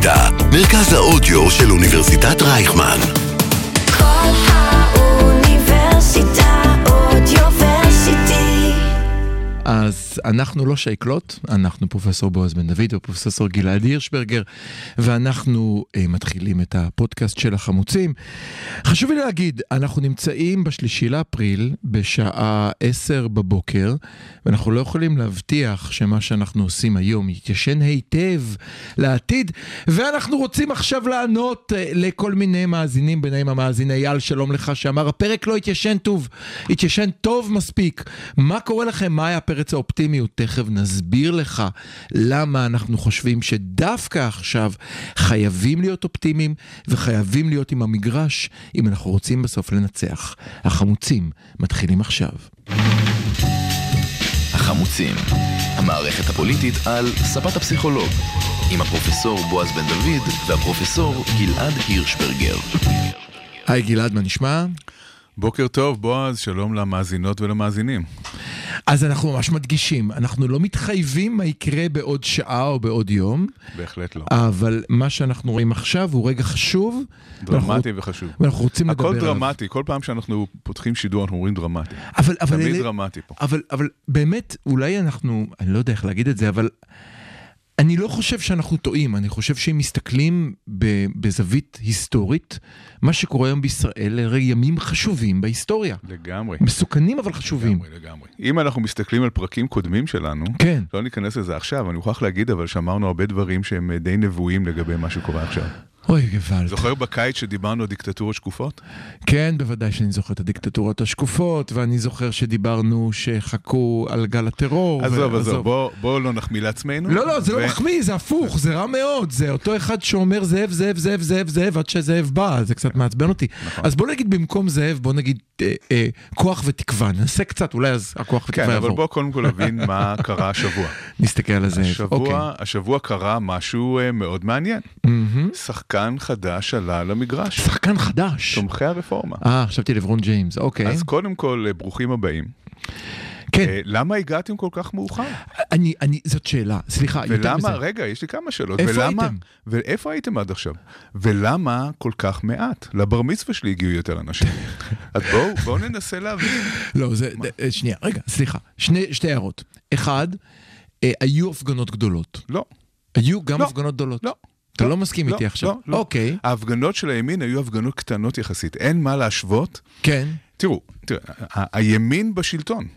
האוניברסיטה, מרכז האודיו של אוניברסיטת רייכמן. כל האוניברסיטה אודיוורסיטי. אז אנחנו לא שייקלוט, אנחנו פרופסור בועז בן דוד ופרופסור גלעד הירשברגר, ואנחנו מתחילים את הפודקאסט של החמוצים. חשוב לי להגיד, אנחנו נמצאים ב3 לאפריל בשעה 10 בבוקר, ואנחנו לא יכולים להבטיח שמה שאנחנו עושים היום יתיישן היטב לעתיד, ואנחנו רוצים עכשיו לענות לכל מיני מאזינים, ביניהם המאזין אייל, שלום לך, שאמר, הפרק לא יתיישן טוב, יתיישן טוב מספיק. מה קורה לכם? מה היה פרץ האופטימיות? תכף נסביר לך למה אנחנו חושבים שדווקא עכשיו חייבים להיות אופטימיים וחייבים להיות עם המגרש אם אנחנו רוצים בסוף לנצח. החמוצים מתחילים עכשיו. החמוצים, המערכת הפוליטית על ספת הפסיכולוג, עם הפרופסור בועז בן דוד והפרופסור גלעד הירשברגר. היי גלעד, מה נשמע? בוקר טוב בועז, שלום למאזינות ולמאזינים. אז אנחנו ממש מדגישים, אנחנו לא מתחייבים מה יקרה בעוד שעה או בעוד יום. בהחלט לא. אבל מה שאנחנו רואים עכשיו הוא רגע חשוב. דרמטי וחשוב. ואנחנו רוצים לדבר עליו. הכל דרמטי, כל פעם שאנחנו פותחים שידור אנחנו אומרים דרמטי. תמיד דרמטי פה. אבל באמת, אולי אנחנו, אני לא יודע איך להגיד את זה, אבל אני לא חושב שאנחנו טועים, אני חושב שאם מסתכלים בזווית היסטורית, מה שקורה היום בישראל, הרי ימים חשובים בהיסטוריה. לגמרי. מסוכנים אבל חשובים. לגמרי. אם אנחנו מסתכלים על פרקים קודמים שלנו, כן. לא ניכנס לזה עכשיו, אני מוכרח להגיד, אבל שאמרנו הרבה דברים שהם די נבואים לגבי מה שקורה עכשיו. אוי, גבלת. זוכר בקיץ שדיברנו על דיקטטורות שקופות? כן, בוודאי שאני זוכר את הדיקטטורות השקופות, ואני זוכר שדיברנו שחכו על גל הטרור. עזוב, בוא לא נחמיא לעצמנו. לא, זה לא מחמיא, זה הפוך, זה רע מאוד. זה אותו אחד שאומר זאב, זאב, זאב, זאב, זאב, עד שזאב בא, זה קצת מעצבן אותי. אז בוא נגיד במקום זאב, בוא נגיד כוח ותקווה. נעשה קצת, אולי אז הכוח ותקווה יעבור. כן, אבל בוא קודם כל להבין מה קרה השבוע. נסתכל על הזאב. השבוע קרה משהו מאוד מעניין. שחקן חדש עלה למגרש. שחקן חדש? תומכי הרפורמה. חשבתי לברון ג'יימס, אוקיי. אז קודם כל, ברוכים הבאים. כן. למה הגעתם כל כך מאוחר? זאת שאלה, סליחה. ולמה, רגע, יש לי כמה שאלות. איפה הייתם? ואיפה הייתם עד עכשיו? ולמה כל כך מעט? לבר מצווה שלי הגיעו יותר אנשים. אז בואו ננסה להבין. לא, שנייה, רגע, סליחה. שתי הערות. אחד, היו הפגנות גדולות. לא. היו גם הפגנות גדולות? לא. אתה לא מסכים איתי עכשיו? לא. אוקיי. ההפגנות של הימין היו הפגנות קטנות יחסית. אין מה להשוות. כן. תראו, הימין בשלטון.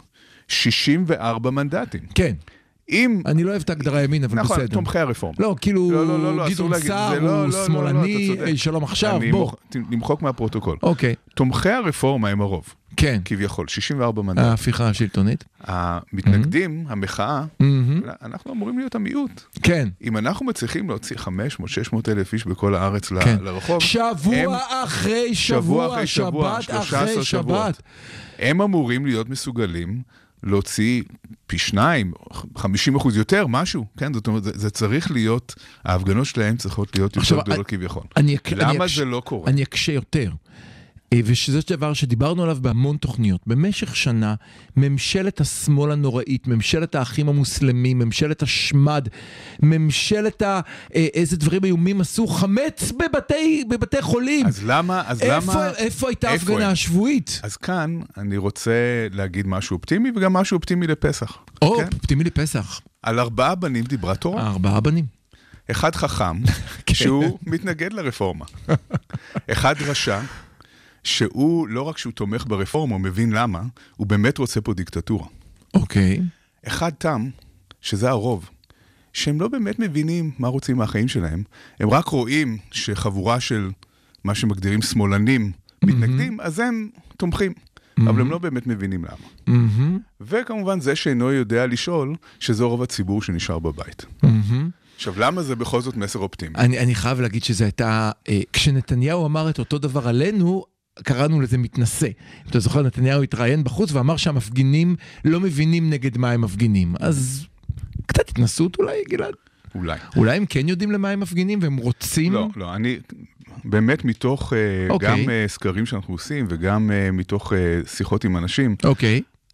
64 מנדטים. כן. אני לא אוהב את ההגדרה ימין, אבל בסדר. נכון, תומכי הרפורמה. לא, כאילו גדעון סער הוא שמאלני, שלום עכשיו, בוא. נמחוק מהפרוטוקול. אוקיי. תומכי הרפורמה הם הרוב. כן. כביכול, 64 מנדטים. ההפיכה השלטונית. המתנגדים, המחאה, אנחנו אמורים להיות המיעוט. כן. אם אנחנו מצליחים להוציא 500-600 אלף איש בכל הארץ לרחוב, שבוע אחרי שבוע, שבת אחרי שבת. הם אמורים להיות מסוגלים להוציא פי 2, 50% יותר, משהו. כן, זאת אומרת, זה צריך להיות, ההפגנות שלהם צריכות להיות יותר גדולות כביכול. למה זה לא קורה? אני אקשה יותר. ושזה דבר שדיברנו עליו בהמון תוכניות. במשך שנה, ממשלת השמאל הנוראית, ממשלת האחים המוסלמים, ממשלת השמד, ממשלת איזה דברים איומים עשו, חמץ בבתי חולים. אז למה? איפה הייתה ההפגנה השבועית? אז כאן אני רוצה להגיד משהו אופטימי, וגם משהו אופטימי לפסח. אופטימי לפסח. על 4 בנים דיברה תורה. 4 בנים. אחד חכם, שהוא מתנגד לרפורמה. אחד רשע, שהוא, לא רק שהוא תומך ברפורמה, הוא מבין למה, הוא באמת רוצה פה דיקטטורה. אוקיי. אחד תם, שזה הרוב, שהם לא באמת מבינים מה רוצים מהחיים שלהם, הם רק רואים שחבורה של מה שמגדירים שמאלנים מתנגדים, אז הם תומכים, אבל הם לא באמת מבינים למה. וכמובן זה שאינו יודע לשאול, שזה רוב הציבור שנשאר בבית. עכשיו, למה זה בכל זאת מסר אופטימי? אני חייב להגיד שזה הייתה, כשנתניהו אמר את אותו דבר עלינו, קראנו לזה מתנשא. אתה זוכר, נתניהו התראיין בחוץ ואמר שהמפגינים לא מבינים נגד מה הם מפגינים. אז קצת התנסות אולי, גלעד? אולי הם כן יודעים למה הם מפגינים והם רוצים? לא, אני באמת מתוך גם סקרים שאנחנו עושים וגם מתוך שיחות עם אנשים,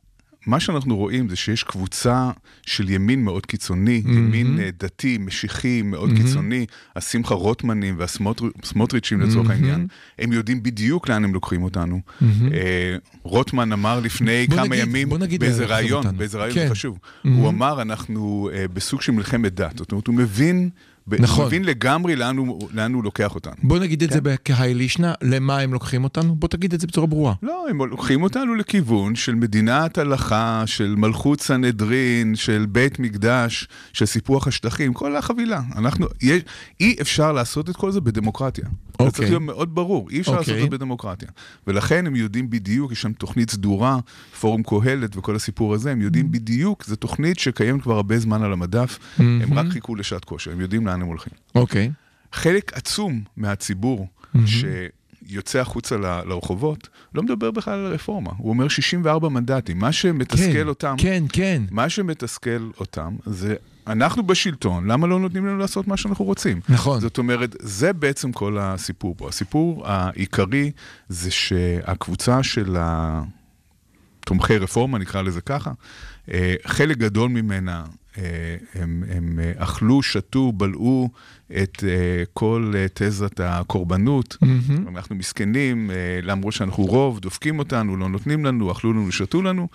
מה שאנחנו רואים זה שיש קבוצה של ימין מאוד קיצוני, ימין דתי, משיחי, מאוד קיצוני, השמחה רוטמנים והסמוטריצ'ים לצורך העניין, הם יודעים בדיוק לאן הם לוקחים אותנו. רוטמן אמר לפני כמה ימים, באיזה רעיון חשוב, הוא אמר, אנחנו בסוג של מלחמת דת, זאת אומרת, הוא מבין לגמרי לאן הוא לוקח אותנו. בוא נגיד את זה כהאי לישנא, למה הם לוקחים אותנו? בוא תגיד את זה בצורה ברורה. לא, הם לוקחים אותנו לכיוון של מדינת הלכה, של מלכות סנהדרין, של בית מקדש, של סיפוח השטחים, כל החבילה. אי אפשר לעשות את כל זה בדמוקרטיה. זה צריך להיות מאוד ברור, אי אפשר לעשות את זה בדמוקרטיה. ולכן הם יודעים בדיוק, יש שם תוכנית סדורה, פורום קהלת וכל הסיפור הזה, הם יודעים בדיוק, זו תוכנית שקיימת כבר הרבה זמן על המדף, הם רק חיכו לשעת כושר, הם יודעים לאן הם הולכים. אוקיי. חלק עצום מהציבור שיוצא החוצה לרחובות, לא מדבר בכלל על הרפורמה. הוא אומר 64 מנדטים. מה שמתסכל אותם, מה שמתסכל אותם זה אנחנו בשלטון, למה לא נותנים לנו לעשות מה שאנחנו רוצים? נכון. זאת אומרת, זה בעצם כל הסיפור פה. הסיפור העיקרי זה שהקבוצה של תומכי רפורמה, נקרא לזה ככה, חלק גדול ממנה, הם אכלו, שתו, בלעו את כל תזת הקורבנות. אנחנו מסכנים, למרות שאנחנו רוב, דופקים אותנו, לא נותנים לנו, אכלו לנו, שתו לנו,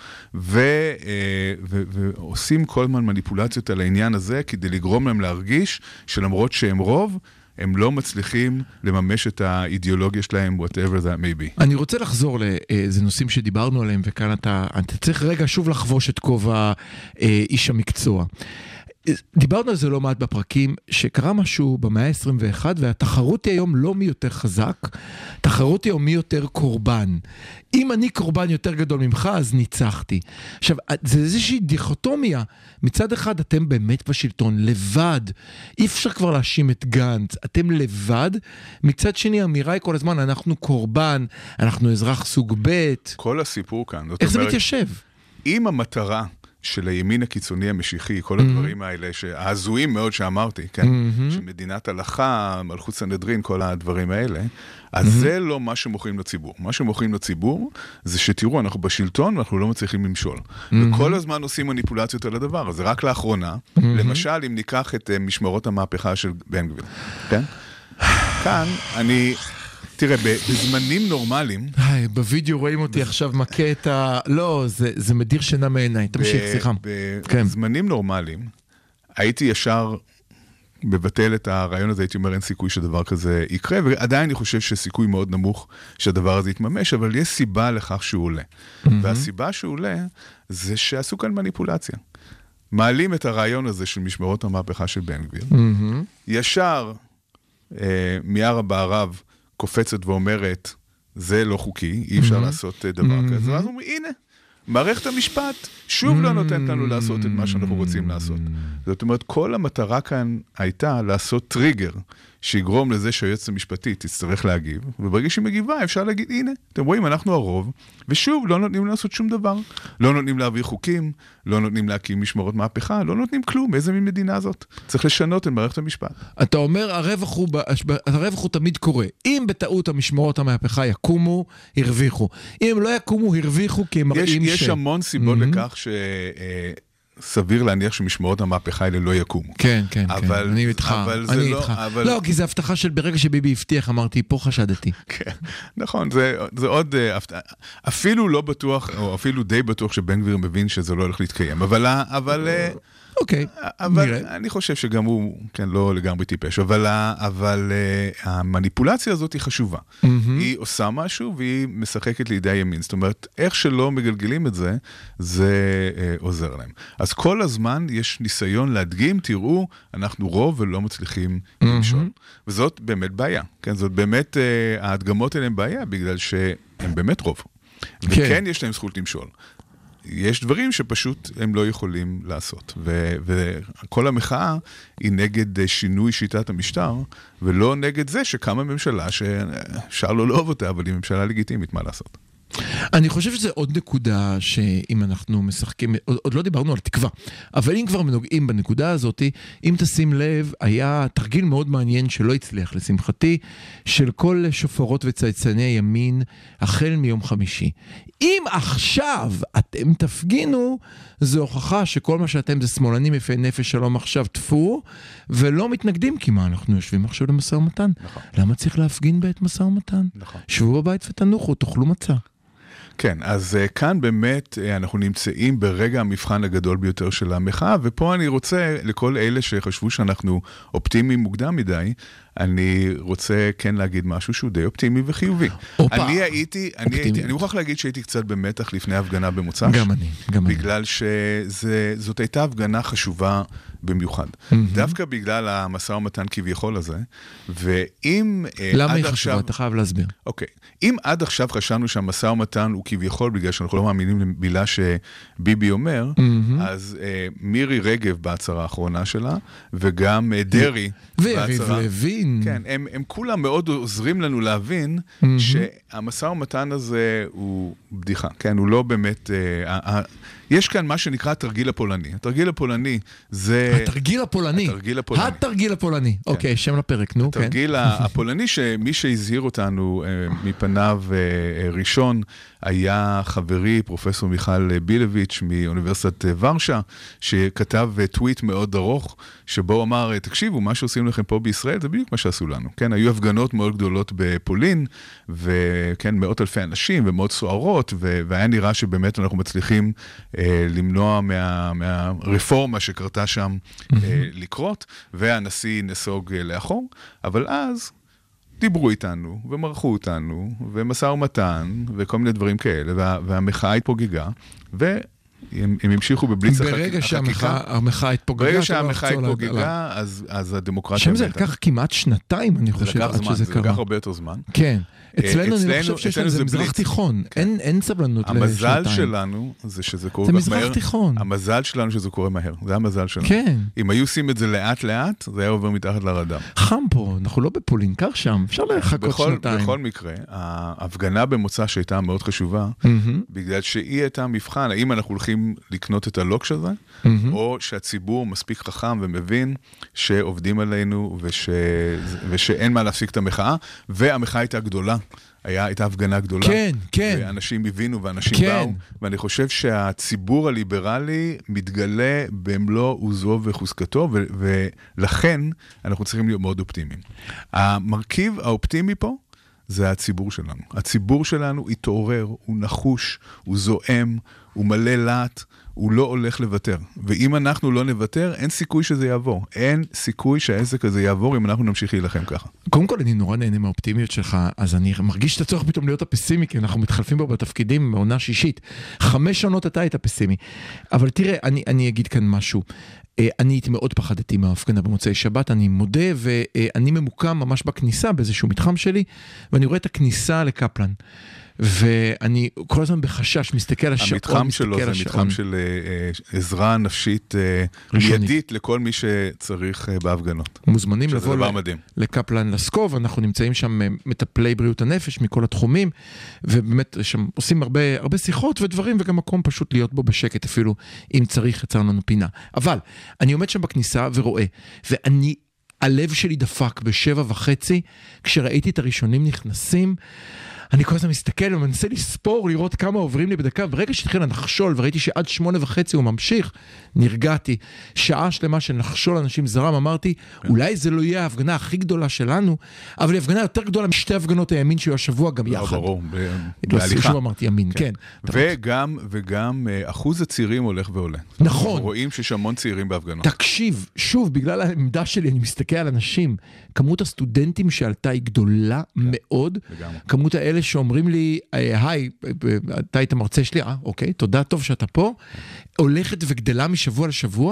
ועושים כל הזמן מניפולציות על העניין הזה, כדי לגרום להם להרגיש שלמרות שהם רוב, הם לא מצליחים לממש את האידיאולוגיה שלהם, whatever that may be. אני רוצה לחזור לאיזה נושאים שדיברנו עליהם, וכאן אתה צריך רגע שוב לחבוש את כובע איש המקצוע. דיברנו על זה לא מעט בפרקים, שקרה משהו במאה ה-21, והתחרות היא היום לא מי יותר חזק, תחרות היא היום מי יותר קורבן. אם אני קורבן יותר גדול ממך, אז ניצחתי. עכשיו, זה איזושהי דיכוטומיה. מצד אחד, אתם באמת בשלטון, לבד. אי אפשר כבר להאשים את גנץ, אתם לבד. מצד שני, האמירה היא כל הזמן, אנחנו קורבן, אנחנו אזרח סוג ב'. כל הסיפור כאן. איך זה מתיישב? אם המטרה של הימין הקיצוני המשיחי, כל הדברים האלה, שהזויים מאוד שאמרתי, כן? שמדינת הלכה, מלכות סנהדרין, כל הדברים האלה, אז זה לא מה שמוכרים לציבור. מה שמוכרים לציבור זה שתראו, אנחנו בשלטון ואנחנו לא מצליחים למשול. וכל הזמן עושים מניפולציות על הדבר הזה. רק לאחרונה, למשל, אם ניקח את משמרות המהפכה של בן גביר, כן? כאן תראה, בזמנים נורמליים... בווידאו רואים אותי עכשיו מכה את ה... לא, זה מדיר שינה מעיניי. תמשיך, סליחה. בזמנים נורמליים, הייתי ישר מבטל את הרעיון הזה, הייתי אומר, אין סיכוי שדבר כזה יקרה, ועדיין אני חושב שסיכוי מאוד נמוך שהדבר הזה יתממש, אבל יש סיבה לכך שהוא עולה. והסיבה שהוא עולה, זה שעשו כאן מניפולציה. מעלים את הרעיון הזה של משמרות המהפכה של בן גביר. ישר, מיארה בערב, קופצת ואומרת, זה לא חוקי, אי אפשר לעשות דבר כזה. ואז אומרים, הנה, מערכת המשפט שוב לא נותנת לנו לעשות את מה שאנחנו רוצים לעשות. זאת אומרת, כל המטרה כאן הייתה לעשות טריגר, שיגרום לזה שהיועצת המשפטית תצטרך להגיב, וברגע שהיא מגיבה אפשר להגיד, הנה, אתם רואים, אנחנו הרוב, ושוב, לא נותנים לעשות שום דבר. לא נותנים להביא חוקים, לא נותנים להקים משמרות מהפכה, לא נותנים כלום, איזה מין מדינה זאת. צריך לשנות את מערכת המשפט. אתה אומר, הרווח הוא תמיד קורה. אם בטעות המשמרות המהפכה יקומו, הרוויחו. אם הם לא יקומו, הרוויחו, כי הם מראים יש המון סיבות לכך סביר להניח שמשמעות המהפכה האלה לא יקומו. כן, כן, כן, אני איתך. לא, כי זה הבטחה של ברגע שביבי הבטיח, אמרתי, פה חשדתי. כן, נכון, זה עוד, אפילו לא בטוח, או אפילו די בטוח שבן גביר מבין שזה לא הולך להתקיים, אבל אוקיי, אבל אני חושב שגם הוא, כן, לא לגמרי טיפש, אבל המניפולציה הזאת היא חשובה. היא עושה משהו והיא משחקת לידי הימין. זאת אומרת, איך שלא מגלגלים את זה, זה עוזר להם. אז כל הזמן יש ניסיון להדגים, תראו, אנחנו רוב ולא מצליחים למשול. וזאת באמת בעיה. כן, זאת באמת, ההדגמות האלה הן בעיה, בגלל שהם באמת רוב. וכן יש להם זכות למשול. יש דברים שפשוט הם לא יכולים לעשות. וכל המחאה היא נגד שינוי שיטת המשטר, ולא נגד זה שקמה ממשלה שאפשר לא לאהוב אותה, אבל היא ממשלה לגיטימית, מה לעשות? אני חושב שזה עוד נקודה שאם אנחנו משחקים, עוד לא דיברנו על תקווה, אבל אם כבר נוגעים בנקודה הזאת, אם תשים לב, היה תרגיל מאוד מעניין שלא הצליח לשמחתי, של כל שופרות וצייצני ימין החל מיום חמישי. אם עכשיו אתם תפגינו, זו הוכחה שכל מה שאתם זה שמאלנים יפי נפש שלום עכשיו תפו, ולא מתנגדים, כי מה אנחנו יושבים עכשיו למשא ומתן? נכון. למה צריך להפגין בעת משא ומתן? נכון. שבו בבית ותנוחו, תאכלו מצה. כן, אז כאן באמת אנחנו נמצאים ברגע המבחן הגדול ביותר של המחאה, ופה אני רוצה, לכל אלה שחשבו שאנחנו אופטימיים מוקדם מדי, אני רוצה כן להגיד משהו שהוא די אופטימי וחיובי. אני מוכרח להגיד שהייתי קצת במתח לפני הפגנה במוצ"ש. גם אני. בגלל שזאת הייתה הפגנה חשובה במיוחד. דווקא בגלל המשא ומתן כביכול הזה, ואם למה היא חשובה? אתה חייב להסביר. אוקיי. אם עד עכשיו חשבנו שהמשא ומתן הוא כביכול, בגלל שאנחנו לא מאמינים למילה שביבי אומר, אז מירי רגב בהצהרה האחרונה שלה, וגם דרי ויריב לוין. כן, הם כולם מאוד עוזרים לנו להבין שהמשא ומתן הזה הוא בדיחה. כן, הוא לא באמת... יש כאן מה שנקרא התרגיל הפולני. התרגיל הפולני זה... התרגיל הפולני. אוקיי, שם לפרק, נו. התרגיל הפולני שמי שהזהיר אותנו מפניו ראשון היה חברי פרופסור מיכל בילביץ' מאוניברסיטת ורשה, שכתב טוויט מאוד ארוך, שבו הוא אמר, תקשיבו, מה שעושים לכם פה בישראל זה בדיוק מה שעשו לנו. כן, היו הפגנות מאוד גדולות בפולין, וכן, מאות אלפי אנשים ומאוד סוערות, והיה נראה שבאמת אנחנו מצליחים למנוע מהרפורמה שקרתה שם לקרות, והנשיא נסוג לאחור, אבל אז דיברו איתנו, ומרחו אותנו, ומשא ומתן, וכל מיני דברים כאלה, והמחאה התפוגגה, הם המשיכו בבליץ החקיקה. ברגע שהמחאה התפוגגה, ברגע שהמחאה התפוגגה, אז הדמוקרטיה... שם זה לקח כמעט שנתיים, אני חושב, עד שזה קרה. זה לקח הרבה יותר זמן. כן. אצלנו אני לא חושב שיש לזה מזרח תיכון. אין סבלנות לשנתיים. המזל שלנו זה שזה קורה מהר. זה מזרח תיכון. המזל שלנו שזה קורה מהר. זה המזל שלנו. כן. אם היו עושים את זה לאט לאט, זה היה עובר מתחת לרדאר. חם פה, אנחנו לא בפולין, קר שם. אפשר לחכות שנתיים. בכל מקרה, ההפגנה במוצא שהייתה מאוד חשובה, בגלל שהיא הייתה מבחן, האם אנחנו הולכים לקנות את הלוקש הזה, או שהציבור מספיק חכם ומבין שעובדים עלינו ושאין מה להפסיק את המחאה, והמחאה הייתה גדולה. הייתה הפגנה גדולה. כן, כן. ואנשים הבינו ואנשים באו, ואני חושב שהציבור הליברלי מתגלה במלוא עוזו וחוזקתו, ולכן אנחנו צריכים להיות מאוד אופטימיים. המרכיב האופטימי פה זה הציבור שלנו. הציבור שלנו התעורר, הוא נחוש, הוא זועם, הוא מלא לאט, הוא לא הולך לוותר. ואם אנחנו לא נוותר, אין סיכוי שזה יעבור. אין סיכוי שהעסק הזה יעבור אם אנחנו נמשיך להילחם ככה. קודם כל, אני נורא נהנה מהאופטימיות שלך, אז אני מרגיש את הצורך פתאום להיות הפסימי, כי אנחנו מתחלפים בו בתפקידים בעונה שישית. 5 שנות אתה היית פסימי. אבל תראה, אני אגיד כאן משהו. אני הייתי מאוד פחדתי מההפגנה במוצאי שבת, אני מודה, ואני ממוקם ממש בכניסה, באיזשהו מתחם שלי, ואני רואה את הכניסה לקפלן. ואני כל הזמן בחשש, מסתכל על השעון, המתחם שלו זה מתחם של עזרה נפשית מיידית לכל מי שצריך בהפגנות. מוזמנים לבוא לקפלן לסקוב, אנחנו נמצאים שם מטפלי בריאות הנפש מכל התחומים, ובאמת שם עושים הרבה שיחות ודברים, וגם מקום פשוט להיות בו בשקט, אפילו אם צריך יצר לנו פינה. אבל אני עומד שם בכניסה ורואה, הלב שלי דפק ב7:30, כשראיתי את הראשונים נכנסים, אני כל הזמן מסתכל ומנסה לספור, לראות כמה עוברים לי בדקה, ברגע שהתחיל הנחשול, וראיתי שעד 8:30 הוא ממשיך, נרגעתי, שעה שלמה של נחשול אנשים זרם, אמרתי, אולי זה לא יהיה ההפגנה הכי גדולה שלנו, אבל היא הפגנה יותר גדולה משתי הפגנות הימין שהיו השבוע גם יחד. ברור, בהליכה. שוב אמרתי ימין, כן. וגם אחוז הצעירים הולך ועולה. נכון. רואים שיש המון צעירים בהפגנות. תקשיב, שוב, בגלל העמדה שלי, אני מסתכל על אנשים, כמות הסטודנטים שעלתה היא גדולה מאוד, כמות האלה שאומרים לי, היי, אתה היית מרצה שלי, אוקיי, תודה, טוב שאתה פה, הולכת וגדלה משבוע לשבוע,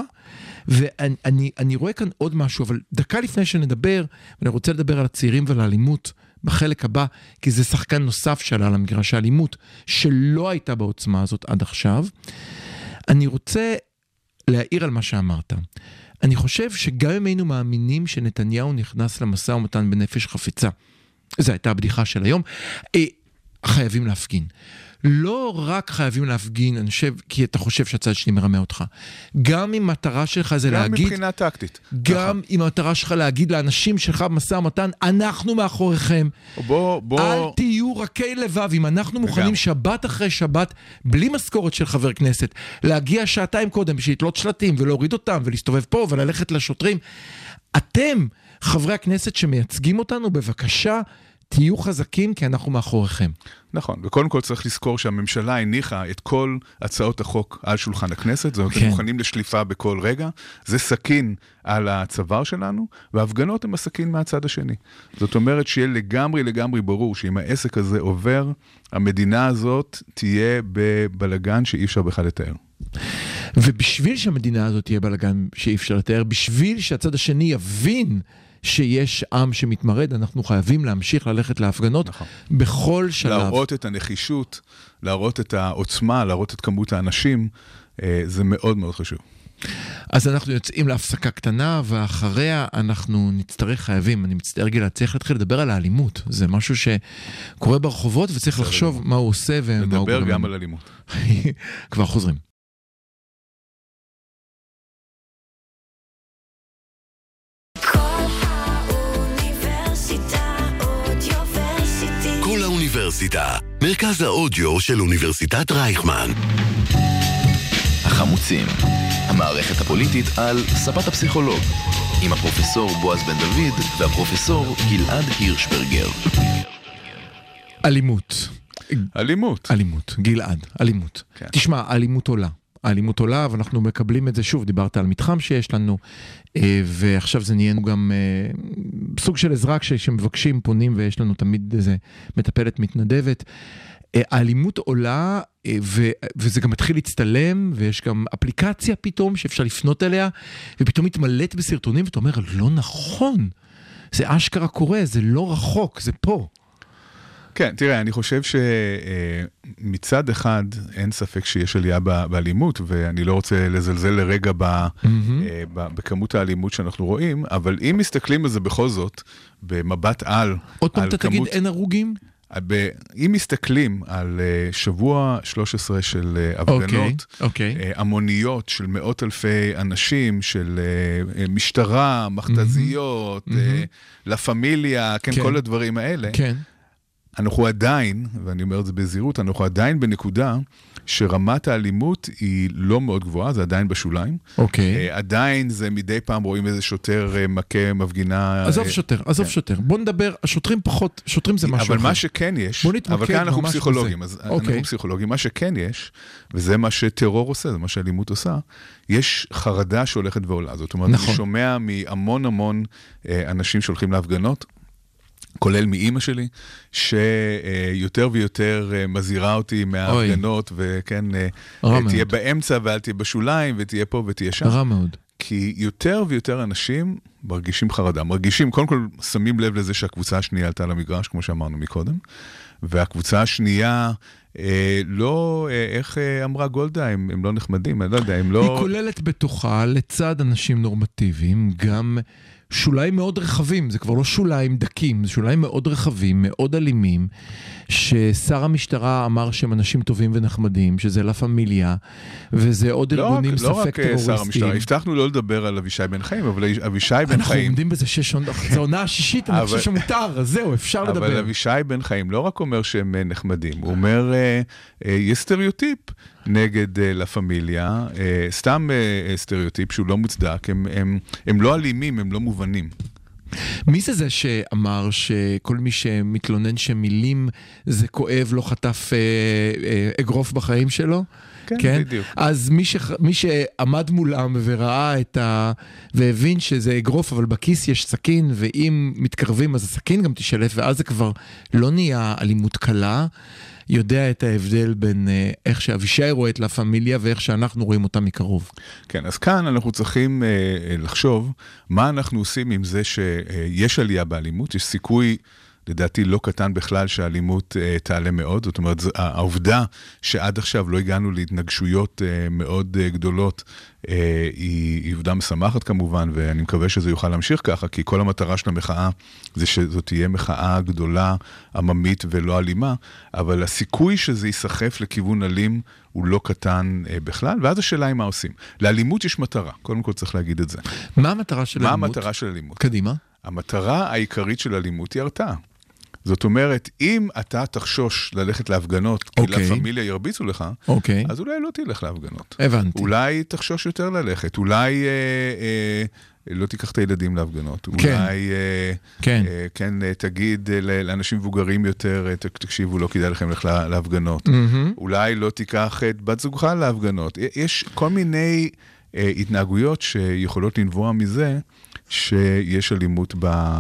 ואני רואה כאן עוד משהו, אבל דקה לפני שנדבר, ואני רוצה לדבר על הצעירים ועל האלימות, בחלק הבא, כי זה שחקן נוסף שעלה למגרש האלימות, שלא הייתה בעוצמה הזאת עד עכשיו, אני רוצה להעיר על מה שאמרת. אני חושב שגם אם היינו מאמינים שנתניהו נכנס למשא ומתן בנפש חפצה, זו הייתה הבדיחה של היום, חייבים להפגין. לא רק חייבים להפגין, אני חושב, כי אתה חושב שהצד שלי מרמה אותך. גם אם מטרה שלך זה להגיד... גם מבחינה טקטית. גם אם המטרה שלך להגיד לאנשים שלך במשא ומתן, אנחנו מאחוריכם. אל תהיו רכי לבב. אם אנחנו מוכנים שבת אחרי שבת, בלי משכורת של חבר כנסת, להגיע שעתיים קודם בשביל לתלות שלטים ולהוריד אותם ולהסתובב פה וללכת לשוטרים, אתם, חברי הכנסת שמייצגים אותנו, בבקשה, תהיו חזקים כי אנחנו מאחוריכם. נכון, וקודם כל צריך לזכור שהממשלה הניחה את כל הצעות החוק על שולחן הכנסת, זאת אומרת, הם מוכנים לשליפה בכל רגע, זה סכין על הצוואר שלנו, וההפגנות הם הסכין מהצד השני. זאת אומרת שיהיה לגמרי ברור שאם העסק הזה עובר, המדינה הזאת תהיה בבלגן שאי אפשר בכלל לתאר. ובשביל שהמדינה הזאת תהיה בלגן שאי אפשר לתאר, בשביל שהצד השני יבין שיש עם שמתמרד, אנחנו חייבים להמשיך ללכת להפגנות בכל שלב. להראות את הנחישות, להראות את העוצמה, להראות את כמות האנשים, זה מאוד מאוד חשוב. אז אנחנו יוצאים להפסקה קטנה, ואחריה אנחנו נצטרך חייבים, אני מצטער גלעד, צריך להתחיל לדבר על האלימות. זה משהו שקורה ברחובות, וצריך לחשוב מה הוא עושה ומה הוא... לדבר גם על אלימות. כבר חוזרים. כל האוניברסיטה, מרכז האודיו של אוניברסיטת רייכמן. החמוצים, המערכת הפוליטית על ספת הפסיכולוג, עם הפרופסור בועז בן דוד והפרופסור גלעד הירשברגר. אלימות, גלעד, אלימות. כן. תשמע, האלימות עולה, ואנחנו מקבלים את זה שוב, דיברת על מתחם שיש לנו, ועכשיו זה נהיינו גם סוג של עזרה כשמבקשים, פונים, ויש לנו תמיד איזה מטפלת מתנדבת. האלימות עולה, וזה גם מתחיל להצטלם, ויש גם אפליקציה פתאום שאפשר לפנות אליה, ופתאום מתמלאת בסרטונים, ואתה אומר, לא נכון, זה אשכרה קורה, זה לא רחוק, זה פה. כן, תראה, אני חושב שמצד אחד אין ספק שיש עלייה באלימות, ואני לא רוצה לזלזל לרגע בכמות האלימות שאנחנו רואים, אבל אם מסתכלים על זה בכל זאת, במבט על... עוד פעם אתה תגיד אין הרוגים? אם מסתכלים על שבוע 13 של הפגנות, המוניות של מאות אלפי אנשים, של משטרה, מכתזיות, לה פמיליה, כל הדברים האלה, אנחנו עדיין, ואני אומר את זה בזהירות, אנחנו עדיין בנקודה שרמת האלימות היא לא מאוד גבוהה, זה עדיין בשוליים. עדיין זה מדי פעם רואים איזה שוטר מכה מפגינה... עזוב שוטר. בוא נדבר, השוטרים פחות, שוטרים זה משהו אחר. אבל מה שכן יש, אבל כאן אנחנו פסיכולוגים, אז אנחנו פסיכולוגים, מה שכן יש, וזה מה שטרור עושה, זה מה שאלימות עושה, יש חרדה שהולכת ועולה. זאת אומרת, אני שומע מהמון אנשים שהולכים להפגנות, כולל מאמא שלי, שיותר ויותר מזהירה אותי מההפגנות, וכן, תהיה באמצע ואל תהיה בשוליים, ותהיה פה ותהיה שם. רע מאוד. כי יותר ויותר אנשים מרגישים חרדה. מרגישים, קודם כל שמים לב לזה שהקבוצה השנייה עלתה למגרש, כמו שאמרנו מקודם, והקבוצה השנייה, לא, איך אמרה גולדה, הם לא נחמדים, אני לא יודע, הם לא... היא כוללת בתוכה, לצד אנשים נורמטיביים, גם... שוליים מאוד רחבים, זה כבר לא שוליים דקים, זה שוליים מאוד רחבים, מאוד אלימים, ששר המשטרה אמר שהם אנשים טובים ונחמדים, שזה לה פמיליה, וזה עוד ארגונים ספק טרוריסטיים. לא רק שר המשטרה, הבטחנו לא לדבר על אבישי בן חיים, אבל אבישי בן חיים... אנחנו עומדים בזה זה עונה השישית, אני חושב שמותר, אז זהו, אפשר לדבר. אבל אבישי בן חיים לא רק אומר שהם נחמדים, הוא אומר, יש סטריאוטיפ נגד לה פמיליה, סתם סטריאוטיפ שהוא לא מוצדק, הם לא אלימים, הם לא מובנים. מי זה שאמר שכל מי שמתלונן שמילים זה כואב, לא חטף אגרוף בחיים שלו? כן, בדיוק. אז מי שעמד מולם וראה והבין שזה אגרוף, אבל בכיס יש סכין, ואם מתקרבים אז הסכין גם תשלף, ואז זה כבר לא נהיה אלימות קלה, יודע את ההבדל בין איך שאבישי רואה את לה פמיליה ואיך שאנחנו רואים אותה מקרוב. כן, אז כאן אנחנו צריכים לחשוב מה אנחנו עושים עם זה שיש עלייה באלימות, יש סיכוי לדעתי לא קטן בכלל שהאלימות תעלה מאוד, זאת אומרת, העובדה שעד עכשיו לא הגענו להתנגשויות מאוד גדולות, היא עובדה משמחת כמובן, ואני מקווה שזה יוכל להמשיך ככה, כי כל המטרה של המחאה זה שזאת תהיה מחאה גדולה, עממית ולא אלימה, אבל הסיכוי שזה יסחף לכיוון אלים הוא לא קטן בכלל, ואז השאלה היא מה עושים. לאלימות יש מטרה, קודם כל צריך להגיד את זה. מה המטרה של אלימות? מה המטרה של אלימות? קדימה. המטרה העיקרית של אלימות היא הרתעה. זאת אומרת, אם אתה תחשוש ללכת להפגנות, כי לפמיליה ירביצו לך, אז אולי לא תלך להפגנות. הבנתי. אולי תחשוש יותר ללכת, אולי לא תיקח את הילדים להפגנות. אולי כן תגיד לאנשים מבוגרים יותר, תקשיבו, לא כדאי לכם ללכת להפגנות. אולי לא תיקח את בת זוגך להפגנות. יש כל מיני התנהגויות שיכולות לנבוע מזה, שיש אלימות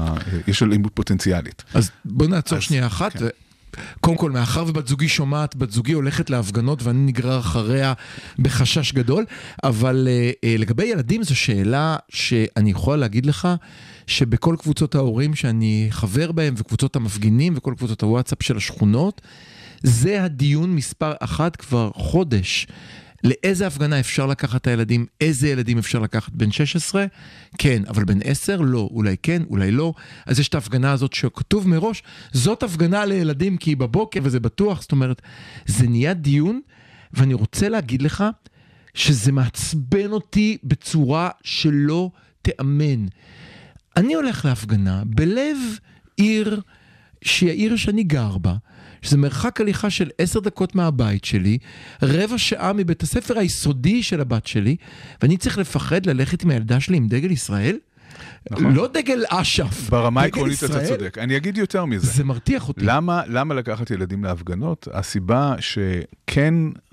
פוטנציאלית. אז בוא נעצור שנייה אחת. קודם כל, מאחר ובת זוגי שומעת, בת זוגי הולכת להפגנות ואני נגרר אחריה בחשש גדול, אבל לגבי ילדים זו שאלה שאני יכול להגיד לך שבכל קבוצות ההורים שאני חבר בהם וקבוצות המפגינים וכל קבוצות הוואטסאפ של השכונות, זה הדיון מספר 1 כבר חודש. לאיזה הפגנה אפשר לקחת את הילדים, איזה ילדים אפשר לקחת, בן 16? כן, אבל בן 10? לא, אולי כן, אולי לא. אז יש את ההפגנה הזאת שכתוב מראש, זאת הפגנה לילדים כי היא בבוקר וזה בטוח, זאת אומרת, זה נהיה דיון, ואני רוצה להגיד לך שזה מעצבן אותי בצורה שלא תאמן. אני הולך להפגנה בלב עיר שהיא העיר שאני גר בה, שזה מרחק הליכה של 10 דקות מהבית שלי, רבע שעה מבית הספר היסודי של הבת שלי, ואני צריך לפחד ללכת עם הילדה שלי עם דגל ישראל? נכון. לא דגל אש"ף. ברמה העקרונית אתה צודק. אני אגיד יותר מזה. זה מרתיח אותי. למה לקחת ילדים להפגנות? הסיבה שכן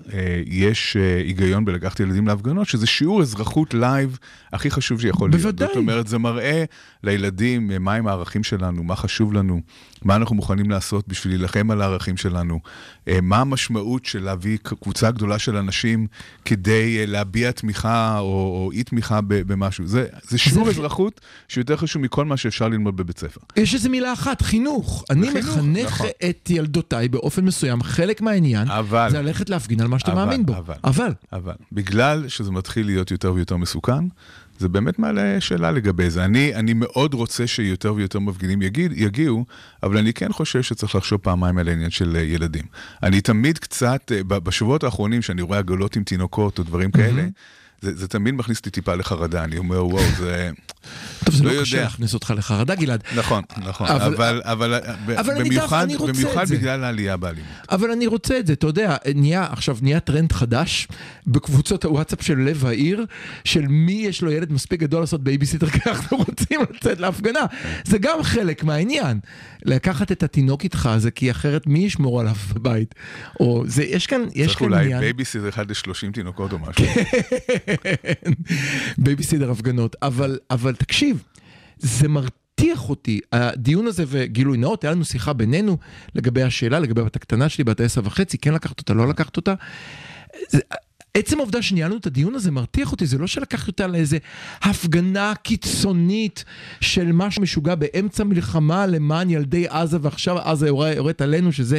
יש היגיון בלקחת ילדים להפגנות, שזה שיעור אזרחות לייב הכי חשוב שיכול להיות. בוודאי. זאת אומרת, זה מראה לילדים מהם הערכים שלנו, מה חשוב לנו, מה אנחנו מוכנים לעשות בשביל להילחם על הערכים שלנו, מה המשמעות של להביא קבוצה גדולה של אנשים כדי להביע תמיכה או אי תמיכה במשהו. זה שיעור אזרחות שיותר חשוב מכל מה שאפשר ללמוד בבית ספר. יש איזו מילה אחת, חינוך. אני מחנך את ילדותיי באופן מסוים, חלק מהעניין, זה ללכת להפגין על מה שאתה מאמין בו. אבל. בגלל שזה מתחיל להיות יותר ויותר מסוכן, זה באמת מעלה שאלה לגבי זה. אני מאוד רוצה שיותר ויותר מפגינים יגיעו, אבל אני כן חושב שצריך לחשוב פעמיים על העניין של ילדים. אני תמיד קצת, בשבועות האחרונים, שאני רואה עגלות עם תינוקות או דברים כאלה, זה תמיד מכניס לי טיפה לחרדה, אני אומר, וואו, זה... טוב, זה לא קשה להכניס אותך לחרדה, גלעד. נכון, אבל במיוחד בגלל העלייה באלימות. אבל אני רוצה את זה, אתה יודע, עכשיו נהיה טרנד חדש, בקבוצות הוואטסאפ של לב העיר, של מי יש לו ילד מספיק גדול לעשות בייביסיטר, כי אנחנו רוצים לצאת להפגנה. זה גם חלק מהעניין. לקחת את התינוק איתך, זה כי אחרת מי ישמור עליו בבית? או זה, יש כאן עניין... צריך אולי בייביסיטר אחד ל-30 תינוקות או משהו. בייביסיטר הפגנות, אבל תקשיב, זה מרתיח אותי, הדיון הזה וגילוי נאות, היה לנו שיחה בינינו לגבי השאלה, לגבי בת הקטנה שלי, בת 10.5, כן לקחת אותה, לא לקחת אותה, עצם העובדה שניהלנו את הדיון הזה מרתיח אותי, זה לא שלקחת אותה לאיזה הפגנה קיצונית של משהו משוגע באמצע מלחמה למען ילדי עזה, ועכשיו עזה יורדת עלינו, שזה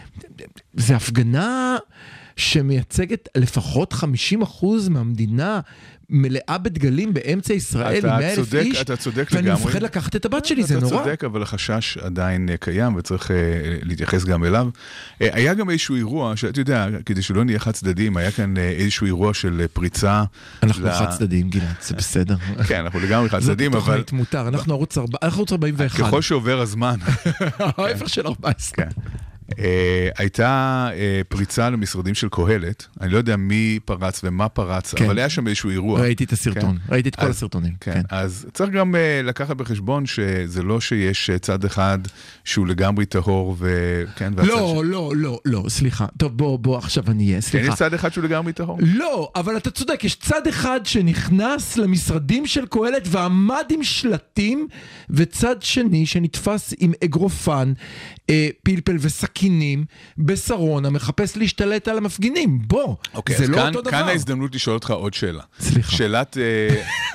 הפגנה שמייצגת לפחות 50% מהמדינה, מלאה בדגלים באמצע ישראל, עם 100,000 איש, ואני מפחד לקחת את הבת שלי, זה נורא. אתה צודק, אבל החשש עדיין קיים, וצריך להתייחס גם אליו. היה גם איזשהו אירוע, שאתה יודע, כדי שלא נהיה חד צדדים, היה כאן איזשהו אירוע של פריצה. אנחנו חד צדדים, גלעד, זה בסדר. כן, אנחנו לגמרי חד צדדים, אבל... זאת תוכנית מותר, אנחנו ערוץ 41. ככל שעובר הזמן. ההפך של 14. כן. הייתה פריצה למשרדים של קהלת, אני לא יודע מי פרץ ומה פרץ, אבל היה שם איזשהו אירוע. ראיתי את הסרטון, ראיתי את כל הסרטונים. אז צריך גם לקחת בחשבון שזה לא שיש צד אחד שהוא לגמרי טהור לא, סליחה. טוב, בוא עכשיו אני אהיה, סליחה. יש צד אחד שהוא לגמרי טהור? לא, אבל אתה צודק, יש צד אחד שנכנס למשרדים של קהלת ועמד עם שלטים, וצד שני שנתפס עם אגרופן, פלפל וסכינים בסרונה, מחפש להשתלט על המפגינים. בוא, זה לא אותו דבר. כאן ההזדמנות לשאול אותך עוד שאלה. סליחה. שאלת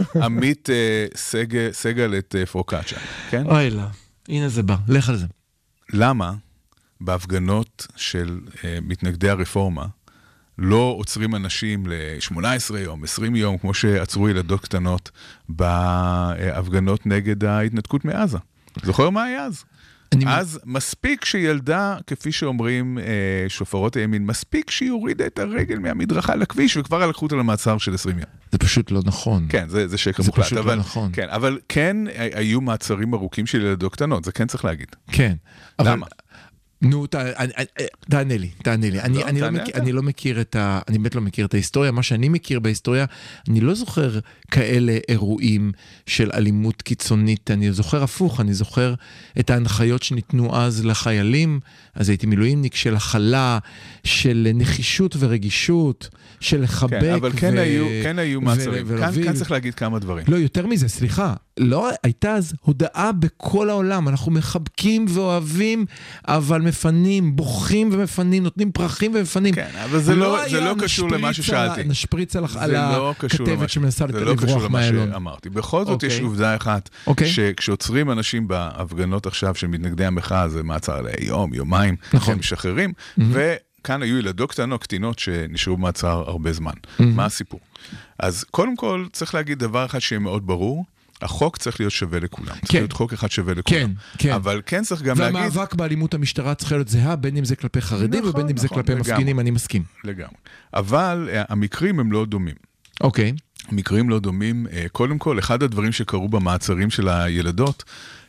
עמית סגל את פרוקצ'ה, כן? אוי לה, הנה זה בא, לך על זה. למה בהפגנות של מתנגדי הרפורמה לא עוצרים אנשים ל-18 יום, 20 יום, כמו שעצרו ילדות קטנות בהפגנות נגד ההתנתקות מעזה. זוכר מה היה אז? אז מספיק שילדה, כפי שאומרים שופרות הימין, מספיק שיורידה את הרגל מהמדרכה לכביש, וכבר לקחו אותה למעצר של 20 יום. זה פשוט לא נכון. כן, זה שקר מוחלט. זה פשוט לא נכון. כן, אבל כן היו מעצרים ארוכים של ילדות קטנות, זה כן צריך להגיד. כן. למה? נו, תענה לי. אני לא מכיר אני באמת לא מכיר את ההיסטוריה. מה שאני מכיר בהיסטוריה, אני לא זוכר כאלה אירועים של אלימות קיצונית. אני זוכר הפוך, אני זוכר את ההנחיות שניתנו אז לחיילים, אז הייתי מילואימניק, של הכלה, של נחישות ורגישות, של לחבק כן, אבל כן היו מעצרים. כאן צריך להגיד כמה דברים. לא, יותר מזה, סליחה. לא, הייתה אז הודעה בכל העולם, אנחנו מחבקים ואוהבים, אבל מפנים, בוכים ומפנים, נותנים פרחים ומפנים. כן, אבל זה לא קשור למה ששאלתי. נשפריץ על הכתבת שמנסה לברוח מהאלון. זה לא קשור למה שאמרתי. בכל זאת יש עובדה אחת, שכשעוצרים אנשים בהפגנות עכשיו של מתנגדי המחאה, זה מעצר ליום, יומיים, הם משחררים, וכאן היו ילדות קטנות שנשארו במעצר הרבה זמן. מה הסיפור? אז קודם כל צריך להגיד דבר אחד שיהיה מאוד ברור, החוק צריך להיות שווה לכולם. צריך להיות חוק אחד שווה לכולם. אבל כן צריך גם להגיד... והמאבק באלימות המשטרה צריך להיות זהה, בין אם זה כלפי חרדים ובין אם זה כלפי מפגינים, אני מסכים. לגמרי. אבל המקרים הם לא דומים. אוקיי. המקרים לא דומים. קודם כל, אחד הדברים שקרו במעצרים של הילדות,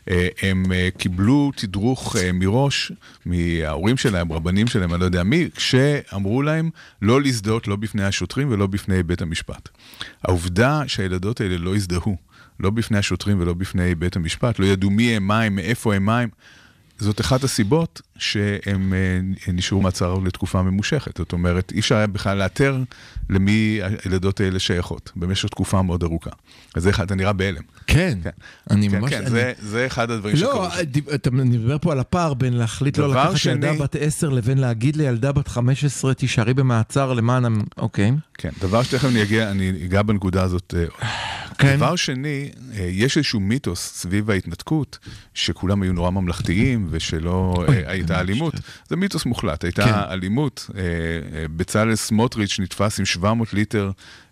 הם קיבלו תדרוך מראש, מההורים שלהם, רבנים שלהם, אני לא יודע מי, שאמרו להם לא להזדהות לא בפני השוטרים ולא בפני בית המשפט. העובדה שהילדות האלה לא הזדהו, לא בפני השוטרים ולא בפני בית המשפט, לא ידעו מי הם, מה הם, מאיפה הם, מה הם, זאת אחת הסיבות שהם נשארו מעצר לתקופה ממושכת. זאת אומרת, אי אפשר היה בכלל לאתר למי הילדות האלה שייכות, במשך תקופה מאוד ארוכה. אז זה אחד, אתה נראה בהלם. כן. אני ממש... כן, זה אחד הדברים שקרו. לא, אתה מדבר פה על הפער בין להחליט לא לקחת ילדה בת 10 לבין להגיד לילדה בת 15, תישארי במעצר למען... אוקיי. כן, דבר שתכף אני אגע בנקודה הזאת. דבר שני, יש איזשהו מיתוס סביב ההתנתקות, שכולם היו נורא ממלכתיים, ושלא הייתה אלימות. זה מיתוס מוחלט. הייתה אלימות. בצלאל סמוטריץ' נתפס עם 700 ליטר